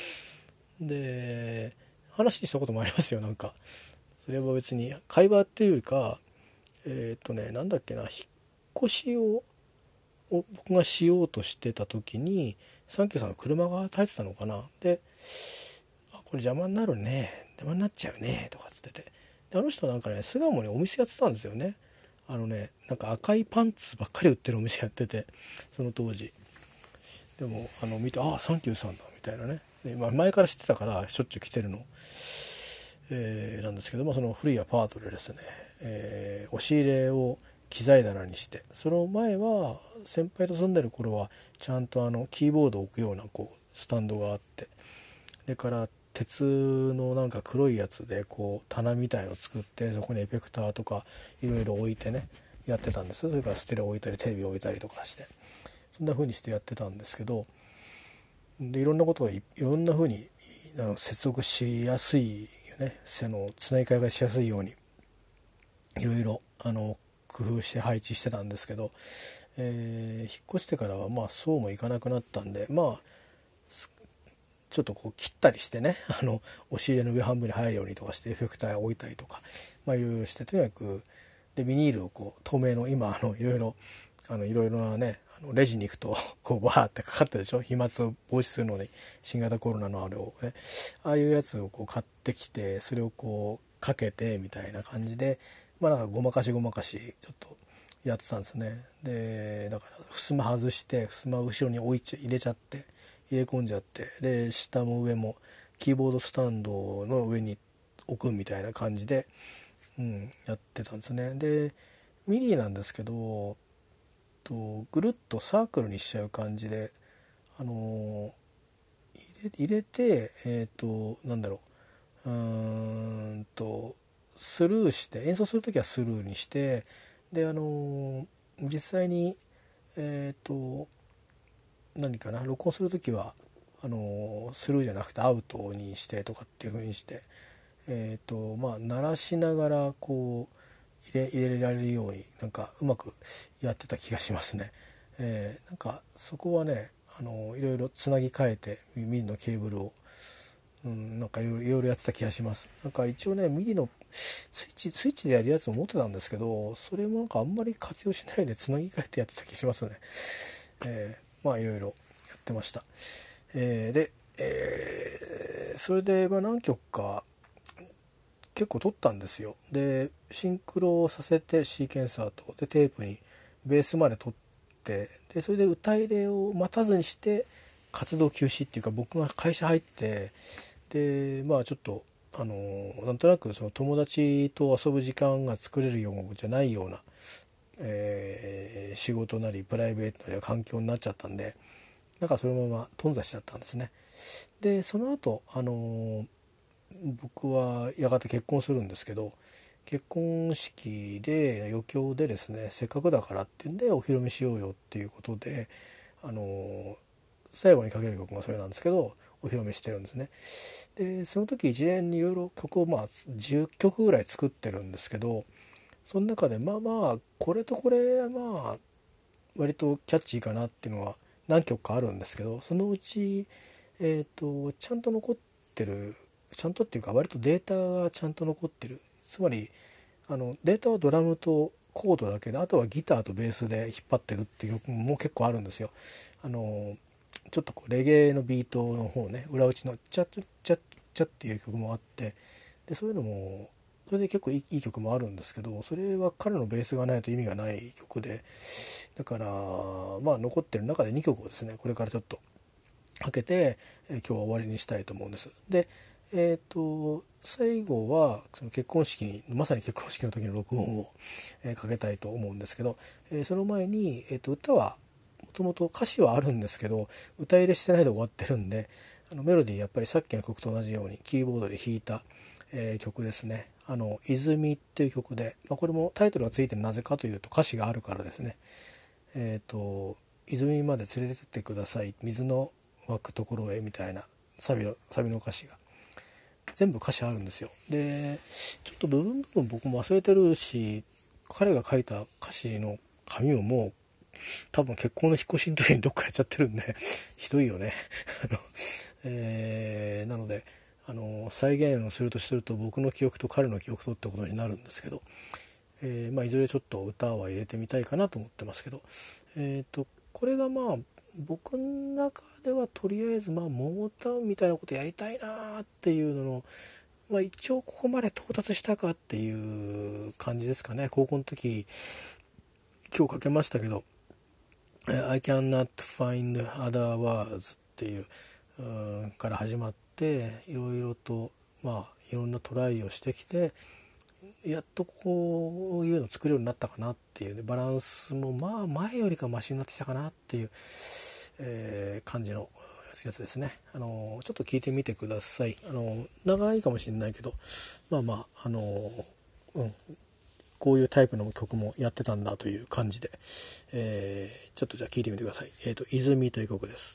で話にしたこともありますよ。なんかそれは別に会話っていうか、えっ、とねなんだっけな、引っ越しをを僕がしようとしてた時にサンキューさんの車が入ってたのかな。で、あこれ邪魔になるね、邪魔になっちゃうねとかつってて、であの人なんかね巣鴨にお店やってたんですよね。あのねなんか赤いパンツばっかり売ってるお店やってて、その当時。でもあの見て、ああサンキューさんだみたいなね。で、まあ、前から知ってたからしょっちゅう来てるの、えー、なんですけども、その古いアパートでですね、えー、押し入れを機材棚にして、その前は先輩と住んでる頃はちゃんとあのキーボードを置くようなこうスタンドがあって、でから鉄のなんか黒いやつでこう棚みたいのを作って、そこにエフェクターとかいろいろ置いてねやってたんです。それからステレオ置いたりテレビ置いたりとかして、そんな風にしてやってたんですけど、でいろんなことがいろんな風にあの接続しやすいよね、あのつなぎ替えがしやすいようにいろいろあの工夫して配置してたんですけど、えー、引っ越してからはまあそうもいかなくなったんで、まあちょっとこう切ったりしてね、あの押し入れの上半分に入るようにとかしてエフェクターを置いたりとか、まあいろいろして、とにかくでビニールをこう透明の今あのいろいろあのいろいろなね、あのレジに行くとこうバーってかかってるでしょ、飛沫を防止するのに、新型コロナのあれをね、ああいうやつをこう買ってきて、それをこうかけてみたいな感じで、まあなんかごまかしごまかしちょっとやってたんですね。でだから襖外して襖を後ろに置いちゃ入れちゃって入れ込んじゃって、で下も上もキーボードスタンドの上に置くみたいな感じで、うん、やってたんですね。でミディなんですけど、とぐるっとサークルにしちゃう感じで、あのー、入れ、入れてえっ、ー、となんだろううーんとスルーして、演奏する時はスルーにして、であのー、実際にえっ、ー、と何かな録音する時はあのスルーじゃなくてアウトにしてとかっていう風にして、えっ、ー、とまあ鳴らしながらこう入れ入れられるようになんかうまくやってた気がしますね。えー、なんかそこはねあのいろいろつなぎ替えてミディのケーブルを、うん、なんかいろいろやってた気がします。なんか一応ねミディのスイッチスイッチでやるやつを持ってたんですけど、それもなんかあんまり活用しないでつなぎ替えてやってた気がしますね。えー、まあいろいろやってました。えー、で、えー、それでまあ何曲か結構撮ったんですよ。でシンクロをさせてシーケンサーとでテープにベースまで撮って、でそれで歌入れを待たずにして活動休止っていうか、僕が会社入ってでまあちょっとあのなんとなくその友達と遊ぶ時間が作れるようじゃないような、えー、仕事なりプライベートなり環境になっちゃったんで、なんかそのまま頓挫しちゃったんですね。でその後あの僕はやがて結婚するんですけど、結婚式で余興でですね、せっかくだからっていうんでお披露目しようよっていうことで、あの最後にかける曲がそれなんですけどお披露目してるんですね。でその時一連にいろいろ曲をまあじゅっきょくぐらい作ってるんですけど、その中でまあまあこれとこれまあ割とキャッチーかなっていうのは何曲かあるんですけど、そのうちえっとちゃんと残ってる、ちゃんとっていうか割とデータがちゃんと残ってる、つまりあのデータはドラムとコードだけで、あとはギターとベースで引っ張っていくっていう曲も結構あるんですよ。あのちょっとこうレゲエのビートの方ね、裏打ちのチャッチャッチャッっていう曲もあって、でそういうのもそれで結構いい、いい曲もあるんですけど、それは彼のベースがないと意味がない曲で、だからまあ残ってる中でにきょくをですね、これからちょっと開けて、えー、今日は終わりにしたいと思うんです。でえっ、ー、と最後はその結婚式にまさに結婚式の時の録音を、えー、かけたいと思うんですけど、えー、その前に、えー、と歌はもともと歌詞はあるんですけど歌入れしてないで終わってるんで、あのメロディーやっぱりさっきの曲と同じようにキーボードで弾いた、えー、曲ですね。あの泉っていう曲で、まあ、これもタイトルがついてるなぜかというと歌詞があるからですね。えっ、ー、と泉まで連れてってください、水の湧くところへみたいなサビのサビの歌詞が全部歌詞あるんですよ。でちょっと部分部分僕も忘れてるし、彼が書いた歌詞の紙をもう多分結婚の引っ越しの時にどっかやっちゃってるんでひどいよねあの、えー、なのであの再現をするとすると僕の記憶と彼の記憶とってことになるんですけど、えーまあ、いずれちょっと歌は入れてみたいかなと思ってますけど、えーとこれがまあ僕の中ではとりあえずまあモータウンみたいなことやりたいなっていうのの、まあ、一応ここまで到達したかっていう感じですかね。高校の時今日かけましたけど I cannot find other words っていう、うんから始まっていろいろとまあいろんなトライをしてきてやっとこういうの作るようになったかなっていう、ね、バランスもまあ前よりかマシになってきたかなっていう、えー、感じのやつですね。あのちょっと聞いてみてください。あの長いかもしれないけどまあまああの、うん、こういうタイプの曲もやってたんだという感じで、えー、ちょっとじゃあ聞いてみてください。えーと、泉という曲です。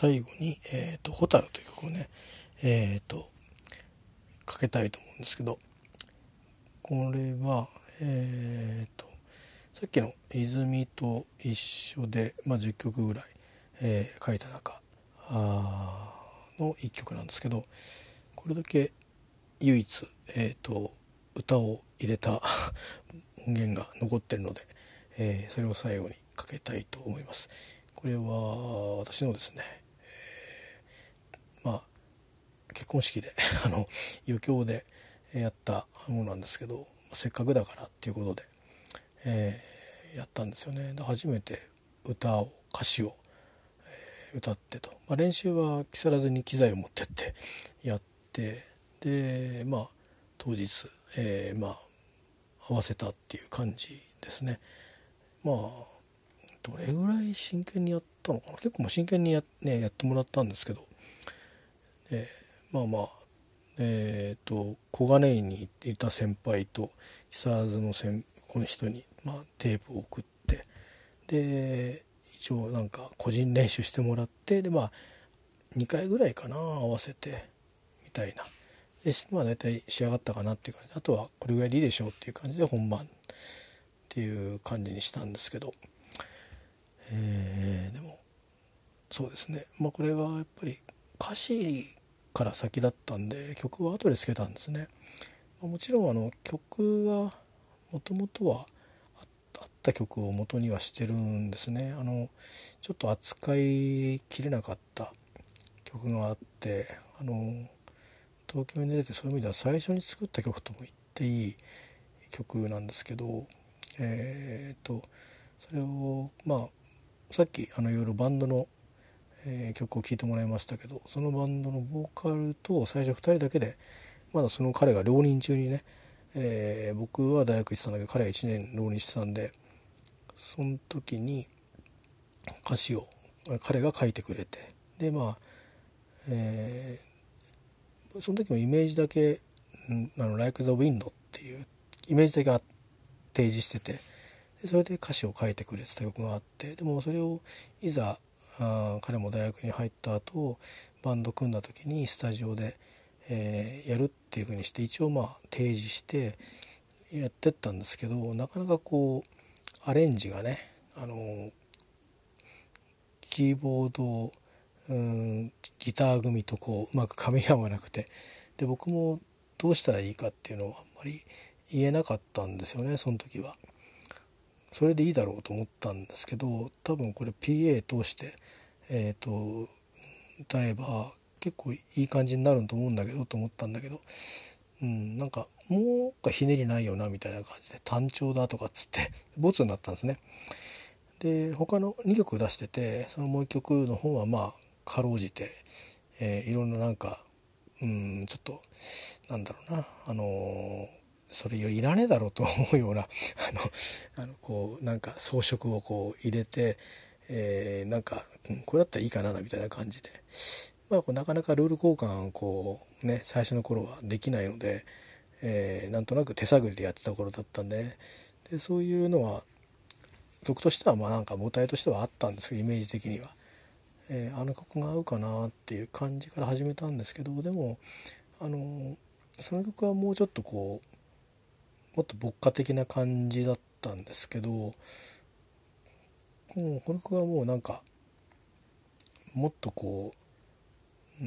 最後に「えーと、ホタル」という曲をね、えーとかけたいと思うんですけど、これはえーとさっきの「泉」と一緒で、まあ、じゅっきょくぐらい、えー書いた中のいっきょくなんですけど、これだけ唯一、えーと歌を入れた音源が残ってるので、えーそれを最後にかけたいと思います。これは私のですね、えー、まあ結婚式であの余興でやったものなんですけど、せっかくだからっていうことで、えーやったんですよね。で初めて歌を歌詞を、えー歌ってと、まあ、練習は木更津に機材を持ってってやって、でまあ当日、えー、まあ合わせたっていう感じですね。まあどれぐらい真剣にやったのかな、結構もう真剣に や,、ね、やってもらったんですけど、えー、まあまあえー、と小金井にいた先輩と木更津の先この人に、まあ、テープを送って、で一応なんか個人練習してもらって、でまあにかいぐらいかな合わせてみたいな、でまあ大体仕上がったかなっていう感じ、あとはこれぐらいでいいでしょうっていう感じで本番っていう感じにしたんですけど、えー、でもそうですね、まあこれはやっぱり歌詞から先だったんで曲は後でつけたんですね。もちろんあの曲はもともとはあった曲を元にはしてるんですね。あのちょっと扱いきれなかった曲があって、あの東京に出てそういう意味では最初に作った曲とも言っていい曲なんですけど、えー、とそれをまあさっきあのいろいろバンドのえー、曲を聴いてもらいましたけど、そのバンドのボーカルと最初ふたりだけで、まだその彼が浪人中にね、えー、僕は大学行ってたんだけど彼はいちねん浪人してたんで、その時に歌詞を彼が書いてくれて、でまあ、えー、その時もイメージだけあの Like the Wind っていうイメージだけ提示してて、でそれで歌詞を書いてくれてた曲があって、でもそれをいざあ彼も大学に入った後バンド組んだ時にスタジオで、えー、やるっていう風にして一応まあ提示してやってったんですけど、なかなかこうアレンジがね、あのキーボード、うん、ギター組とこううまく噛み合わなくて、で僕もどうしたらいいかっていうのはあんまり言えなかったんですよね、その時は。それでいいだろうと思ったんですけど、多分これ ピーエー 通して、えー、と歌えば結構いい感じになると思うんだけどと思ったんだけど、うん、なんかもうかひねりないよなみたいな感じで単調だとかっつってボツになったんですね。で他のにきょく出してて、そのもういっきょくの方はまあかろうじて、えー、いろんななんか、うん、ちょっとなんだろうな、あのーそれいらねえだろうと思うようなあのあのこうなんか装飾をこう入れて、えー、なんか、うん、これだったらいいかなみたいな感じで、まあ、こうなかなかルール交換こうね最初の頃はできないので、えー、なんとなく手探りでやってた頃だったんで、ね、でそういうのは曲としてはまあなんか母体としてはあったんですけど、イメージ的には、えー、あの曲が合うかなっていう感じから始めたんですけど、でもあのその曲はもうちょっとこうもっと牧歌的な感じだったんですけど、もうこの曲はもうなんかもっとこう、うん、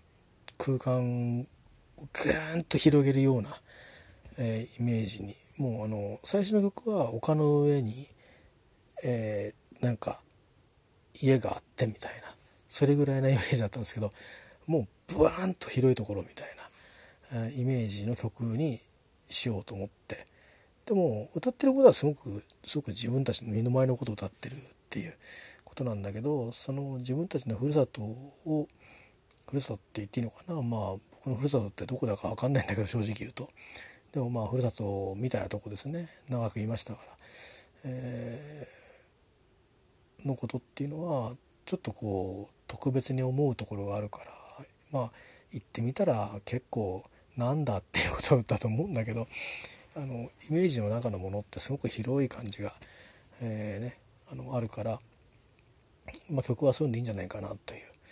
空間をグーンと広げるような、えー、イメージに、もうあの最初の曲は丘の上に、えー、なんか家があってみたいな、それぐらいなイメージだったんですけど、もうブワーンと広いところみたいな、えー、イメージの曲にしようと思って、でも歌ってることはすごくすごく自分たちの身の回りのことを歌ってるっていうことなんだけど、その自分たちのふるさとをふるさとって言っていいのかな、まあ僕のふるさとってどこだか分かんないんだけど正直言うと、でもまあふるさとみたいなとこですね、長くいましたから、えー、のことっていうのはちょっとこう特別に思うところがあるから、まあ行ってみたら結構なんだっていうことだと思うんだけど、あのイメージの中のものってすごく広い感じが、えーね、あのあるから、まあ、曲はそういうのでいいんじゃないかなという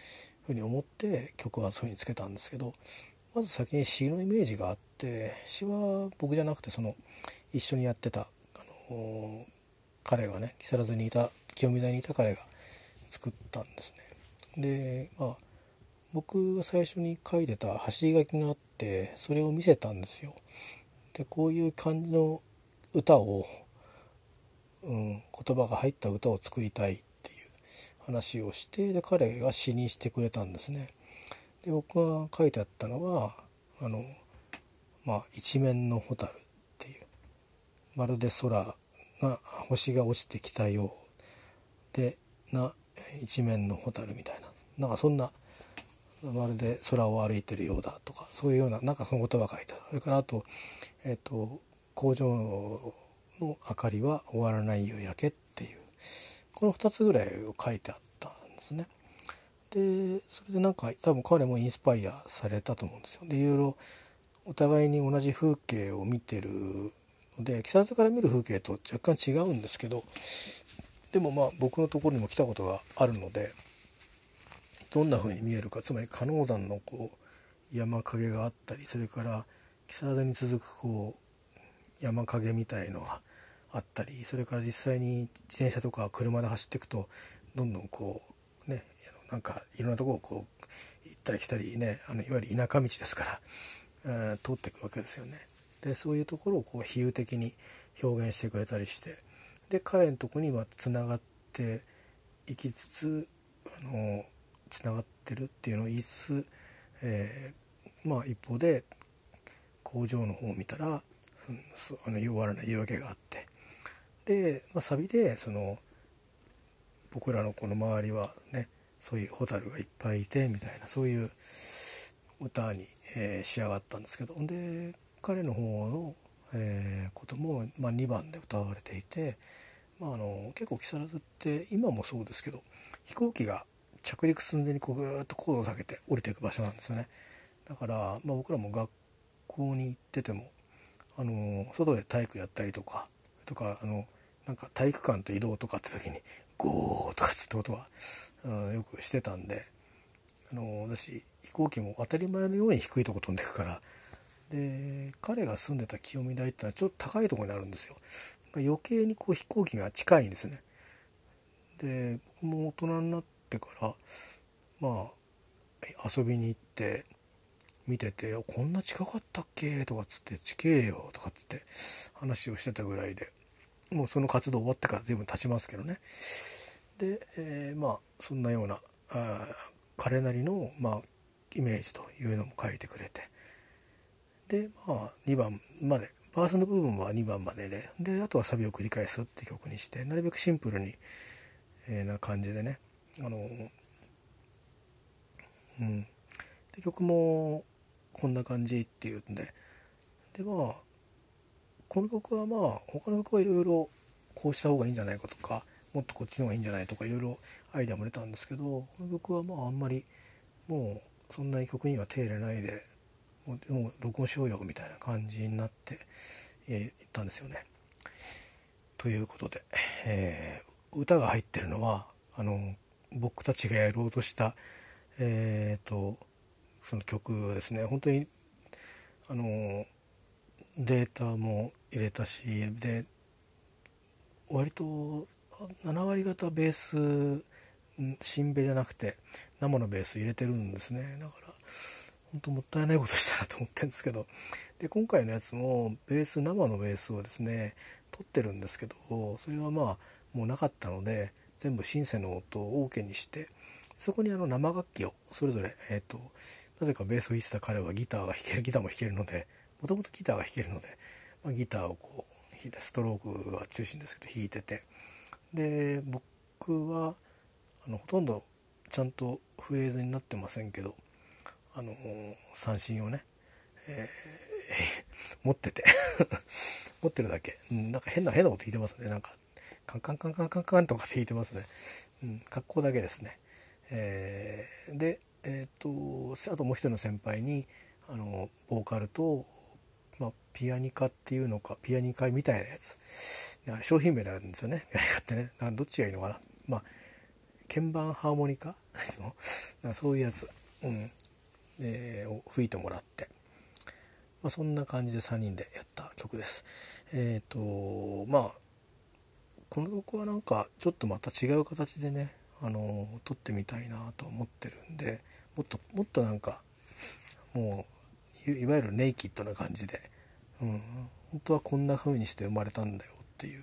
ふうに思って曲はそういうふうにつけたんですけど、まず先に詩のイメージがあって、詩は僕じゃなくてその一緒にやってた、あの彼がね、木更津にいた、清見台にいた彼が作ったんですね。で、まあ僕が最初に書いてた走り書きがあって、それを見せたんですよ。でこういう感じの歌を、うん、言葉が入った歌を作りたいっていう話をして、で彼が詩にしてくれたんですね。で僕が書いてあったのはあの、まあ、一面の蛍っていう、まるで空が星が落ちてきたようでな一面の蛍みたいな、なんかそんな、まるで空を歩いてるようだとか、そういうようななんかその言葉が書いてある。それからあと、えっと工場の明かりは終わらない夕焼けっていう、このふたつぐらいを書いてあったんですね。でそれでなんか多分彼もインスパイアされたと思うんですよ。でいろいろお互いに同じ風景を見てるので、木更津から見る風景と若干違うんですけど、でもまあ僕のところにも来たことがあるので、どんな風に見えるか、つまり鹿野山のこう山影があったり、それから木更津に続くこう山影みたいのがあったり、それから実際に自転車とか車で走っていくとどんどんこうね、なんかいろんなところをこう行ったり来たりね、あのいわゆる田舎道ですから、えー、通っていくわけですよね。でそういうところをこう比喩的に表現してくれたりして、で彼のところにはつながっていきつつ、あのつながってるっていうのを言いつつ、えー、まあ一方で工場の方を見たらあの終わらない言い訳があって、で、まあ、サビでその僕らのこの周りはね、そういう蛍がいっぱいいてみたいな、そういう歌に、えー、仕上がったんですけど、で彼の方の、えー、ことも、まあ、にばんで歌われていて、まあ、あの結構木更津って今もそうですけど、飛行機が着陸寸前にこうぐーっと高度を下げて降りていく場所なんですよね。だから、まあ、僕らも学校に行っててもあの外で体育やったりとかとかあのなんか体育館と移動とかって時にゴーとかつってことは、うん、よくしてたんで、あの私飛行機も当たり前のように低いとこ飛んでいくから、で彼が住んでた清見台ってのはちょっと高いところになるんですよ。余計にこう飛行機が近いんですね。で僕も大人になってからまあ遊びに行って見てて、こんな近かったっけとかっつって、近えよとかっつって話をしてたぐらいで、もうその活動終わってから随分経ちますけどね。で、えー、まあそんなようなあ彼なりの、まあ、イメージというのも書いてくれて、でまあにばんまでバースの部分はにばんまでで、であとはサビを繰り返すって曲にして、なるべくシンプルに、えー、な感じでね、あのうんで曲もこんな感じっていうんで、でまあこの曲はまあ他の曲はいろいろこうした方がいいんじゃないかとか、もっとこっちの方がいいんじゃないとかいろいろアイデアも出たんですけど、この曲はまああんまりもうそんなに曲には手入れないで、もうもう録音しようよみたいな感じになって言ったんですよね。ということで、えー、歌が入ってるのはあの僕たちがやろうとしたえーとその曲ですね。本当にあのデータも入れたし、で割とななわり方ベース新ベじゃなくて生のベース入れてるんですね。だから本当もったいないことしたなと思ってるんですけど、で今回のやつもベース生のベースをですね撮ってるんですけど、それはまあもうなかったので全部シンセの音を OK にして、そこにあの生楽器をそれぞれ、えーとなぜかベースを弾いてた彼はギターが弾けるギターも弾けるので、もともとギターが弾けるので、まあ、ギターをこうストロークが中心ですけど弾いてて、で僕はあのほとんどちゃんとフレーズになってませんけど、あの三振をね、えー、持ってて持ってるだけ、うん、なんか変な変なこと弾いてますね。なんかカンカンカンカンカンカンとか弾いてますね。うん、格好だけですね。えー、でえっ、ー、とあともう一人の先輩にあのボーカルと、まあ、ピアニカっていうのかピアニカみたいなやつ、商品名であるんですよね。ピアニカってね、どっちがいいのかな。まあ鍵盤ハーモニカなんかそういうやつ、うんえー、を吹いてもらって、まあ、そんな感じでさんにんでやった曲です。えっとまあこの曲はなんかちょっとまた違う形でね、あの撮ってみたいなと思ってるんで、もっともっとなんかもう い, いわゆるネイキッドな感じで、うん、本当はこんな風にして生まれたんだよっていう、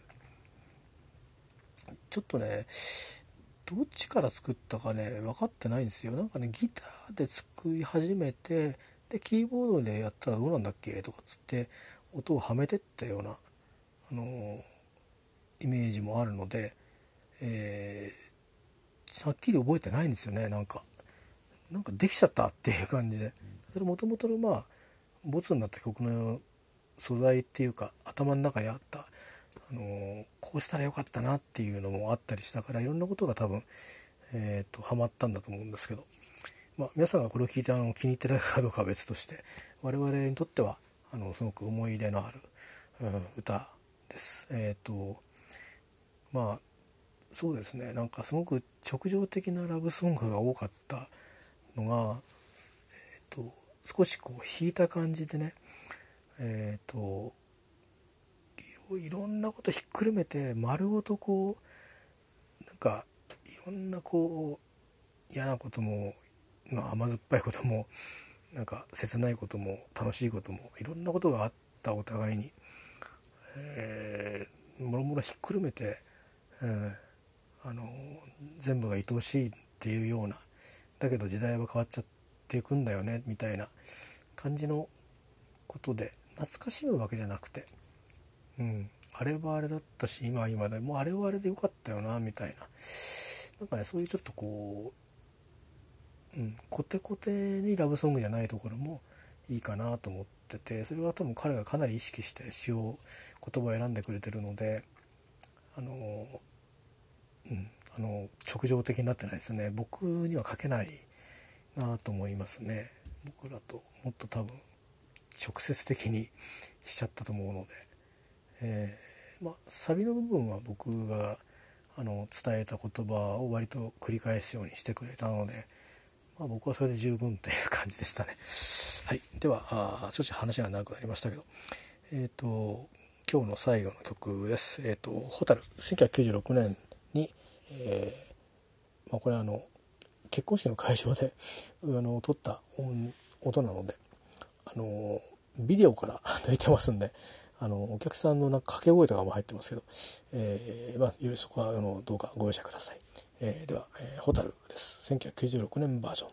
ちょっとねどっちから作ったかね分かってないんですよ。なんかねギターで作り始めて、でキーボードでやったらどうなんだっけとかっつって音をはめてったような、あのー、イメージもあるので、えー、はっきり覚えてないんですよね。なんかなんかできちゃったっていう感じで、それもともとのまあボツになった曲の素材っていうか頭の中にあった、あのー、こうしたらよかったなっていうのもあったりしたから、いろんなことが多分、えー、とハマったんだと思うんですけど、まあ、皆さんがこれを聞いてあの気に入ってたかどうかは別として、我々にとってはあのすごく思い入れのある、うん、歌です。えっ、ー、とまあそうですね、なんかすごく直情的なラブソングが多かったのが、えー、と少しこう弾いた感じでね、えっ、ー、といろいろんなことひっくるめて丸ごとこうなんかいろんなこう嫌なことも、まあ、甘酸っぱいこともなんか切ないことも楽しいこともいろんなことがあったお互いに、えー、もろもろひっくるめて、えー、あの全部が愛おしいっていうような、だけど時代は変わっちゃっていくんだよねみたいな感じのことで、懐かしむわけじゃなくて、うん、あれはあれだったし今は今でもうあれはあれでよかったよなみたいな、なんかねそういうちょっとこう、うん、コテコテにラブソングじゃないところもいいかなと思ってて、それは多分彼がかなり意識して詩を言葉を選んでくれてるので、あの、うん、あの直情的になってないですね。僕には書けないなと思いますね。僕らともっと多分直接的にしちゃったと思うので、えーまあ、サビの部分は僕があの伝えた言葉を割と繰り返すようにしてくれたので、まあ、僕はそれで十分という感じでしたね。はい、ではあ少し話が長くなりましたけど、えーと今日の最後の曲です。えーとホタル、せんきゅうひゃくきゅうじゅうろくねんに、えーまあ、これはあの結婚式の会場であの撮った音、音なので、あのビデオから抜いてますんで、あのお客さんのなんか掛け声とかも入ってますけど、えーまあ、よりそこはあのどうかご容赦ください。えー、では、えー、ホタルです。せんきゅうひゃくきゅうじゅうろくねんバージョン。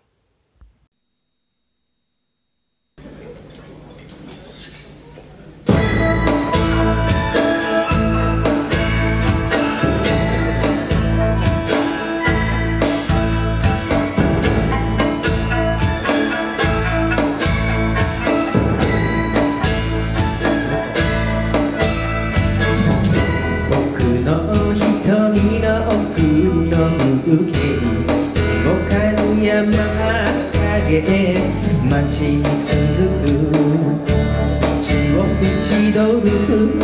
街に続く道を縁取る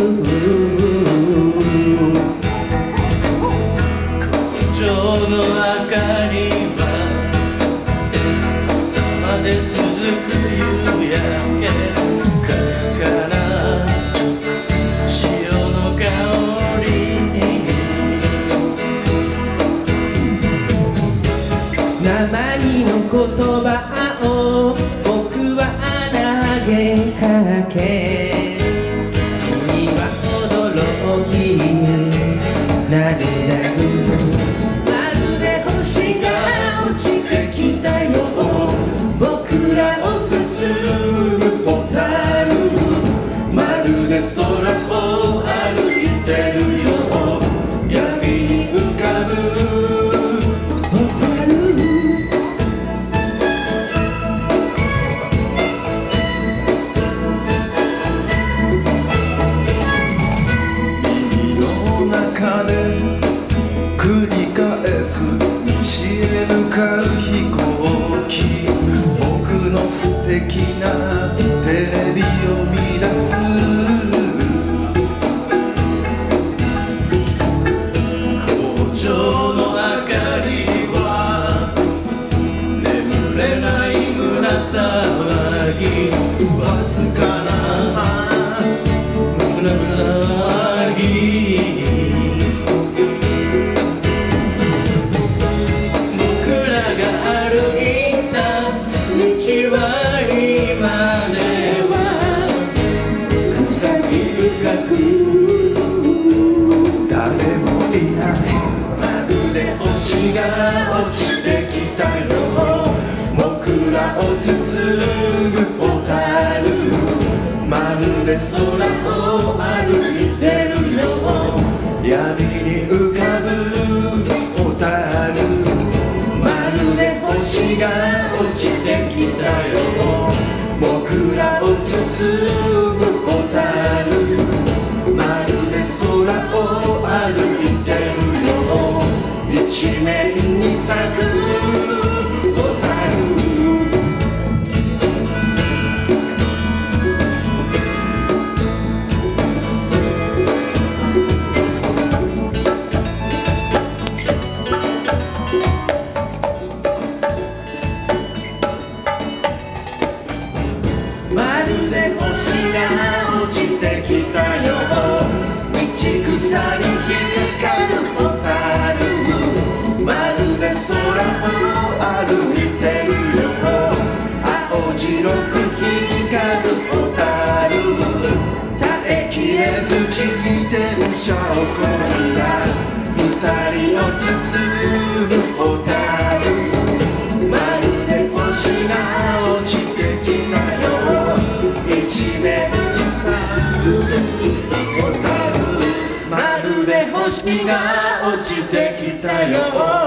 工場の明かりは朝まで続く夕焼け、かすかな潮の香りに生身の言葉僕は投げかけ、君は驚きなるなる、まるで星が落ちてきたよ、僕らを包むホタル、まるで空を歩いてるよ、闇に浮かぶホタル。繰り返す西へ向かう飛行機、僕の素敵なテレビを乱す工場の明かりは願ぎわずかな胸騒ぎ僕らが歩いた道は今では草木深く誰もいないまるで星が落ちてきたよ僕らを包む小樽まるで空を歩いてるよ闇に浮かぶ小樽まるで星が落ちてきたよ僕らを包む小樽まるで空を歩いてるよ一面に咲く小樽まるで星が落ちてきたよ道草に引っかかる小樽まるで空を歩いてるよ青白く光る小樽耐えきれず自転車をこいだ二人を包む小樽まるで星が落ちてきたよ一面に咲く小樽まるで星が落ちてきたよ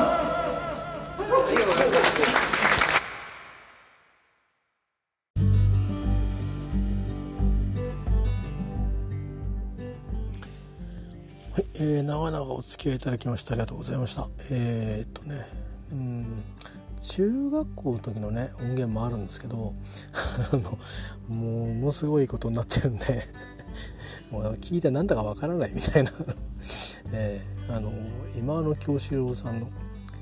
はい、えー、長々お付き合いいただきましてありがとうございました。えー、っとね、うん、中学校の時のね音源もあるんですけどあのもうものすごいことになってるんでもう聞いてなんだかわからないみたいな、えー、あの今の京志郎さんの、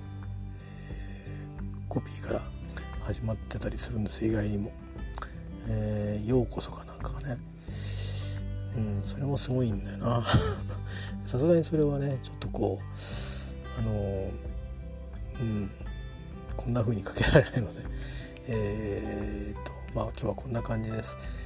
えー、コピーから始まってたりするんです意外にも、えー、ようこそかなんかがね、うん、それもすごいんだよなさすがにそれはねちょっとこうあのうんこんな風にかけられないのでえー、っとまあ今日はこんな感じです。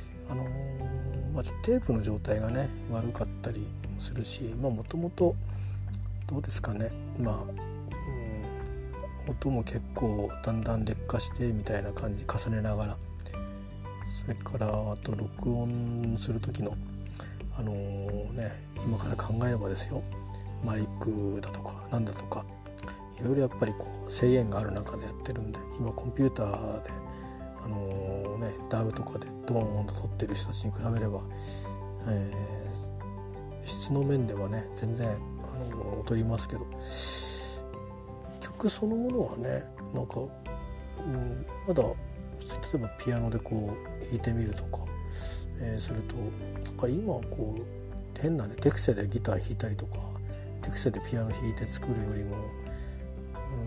あのー、まあちょっとテープの状態がね悪かったりもするしまあもともとどうですかねまあ、うん、音も結構だんだん劣化してみたいな感じ重ねながらそれからあと録音する時のあのー、ね今から考えればですよマイクだとかなんだとかいろいろやっぱりこう制限がある中でやってるんで今コンピューターであのー、ね ダウ とかでドーンと撮ってる人たちに比べれば、えー、質の面ではね全然、あのー、撮りますけど曲そのものはねなんか、うん、まだ例えばピアノでこう弾いてみるとか、えー、するとなんか今こう変なね手癖でギター弾いたりとか手癖でピアノ弾いて作るよりも、うん、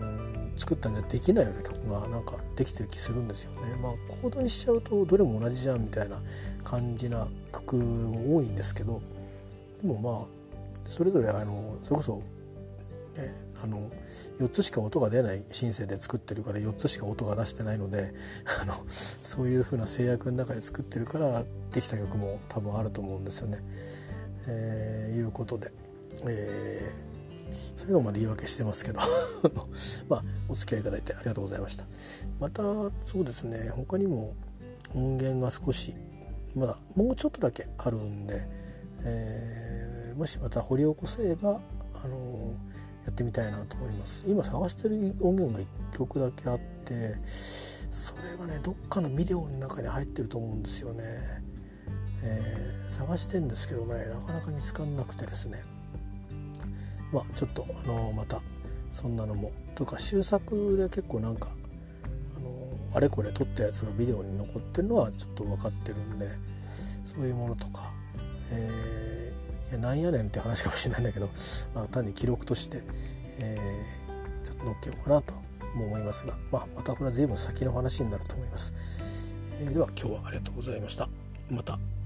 作ったんじゃできないような曲がなんかできてる気するんですよね。まあコードにしちゃうとどれも同じじゃんみたいな感じな曲も多いんですけどでもまあそれぞれあのそれこそ、ね、あのよっつしか音が出ないシンセで作ってるからよっつしか音が出してないのであのそういう風な制約の中で作ってるからできた曲も多分あると思うんですよね。えー、いうことで、えー、最後まで言い訳してますけどまあお付き合いいただいてありがとうございました。またそうですね他にも音源が少しまだもうちょっとだけあるんで、えー、もしまた掘り起こせればあのー、やってみたいなと思います。今探してる音源がいっきょくだけあってそれがねどっかのビデオの中に入ってると思うんですよね。えー、探してんですけどねなかなか見つかんなくてですねまあちょっとあのー、またそんなのもとか終作で結構なんかあのー、あれこれ撮ったやつがビデオに残ってるのはちょっと分かってるんでそういうものとか、えー、いやなんやねんって話かもしれないんだけど、まあ、単に記録として、えー、ちょっと載っけようかなとも思いますが、まあ、またこれは随分先の話になると思います。 えー、では今日はありがとうございました。また。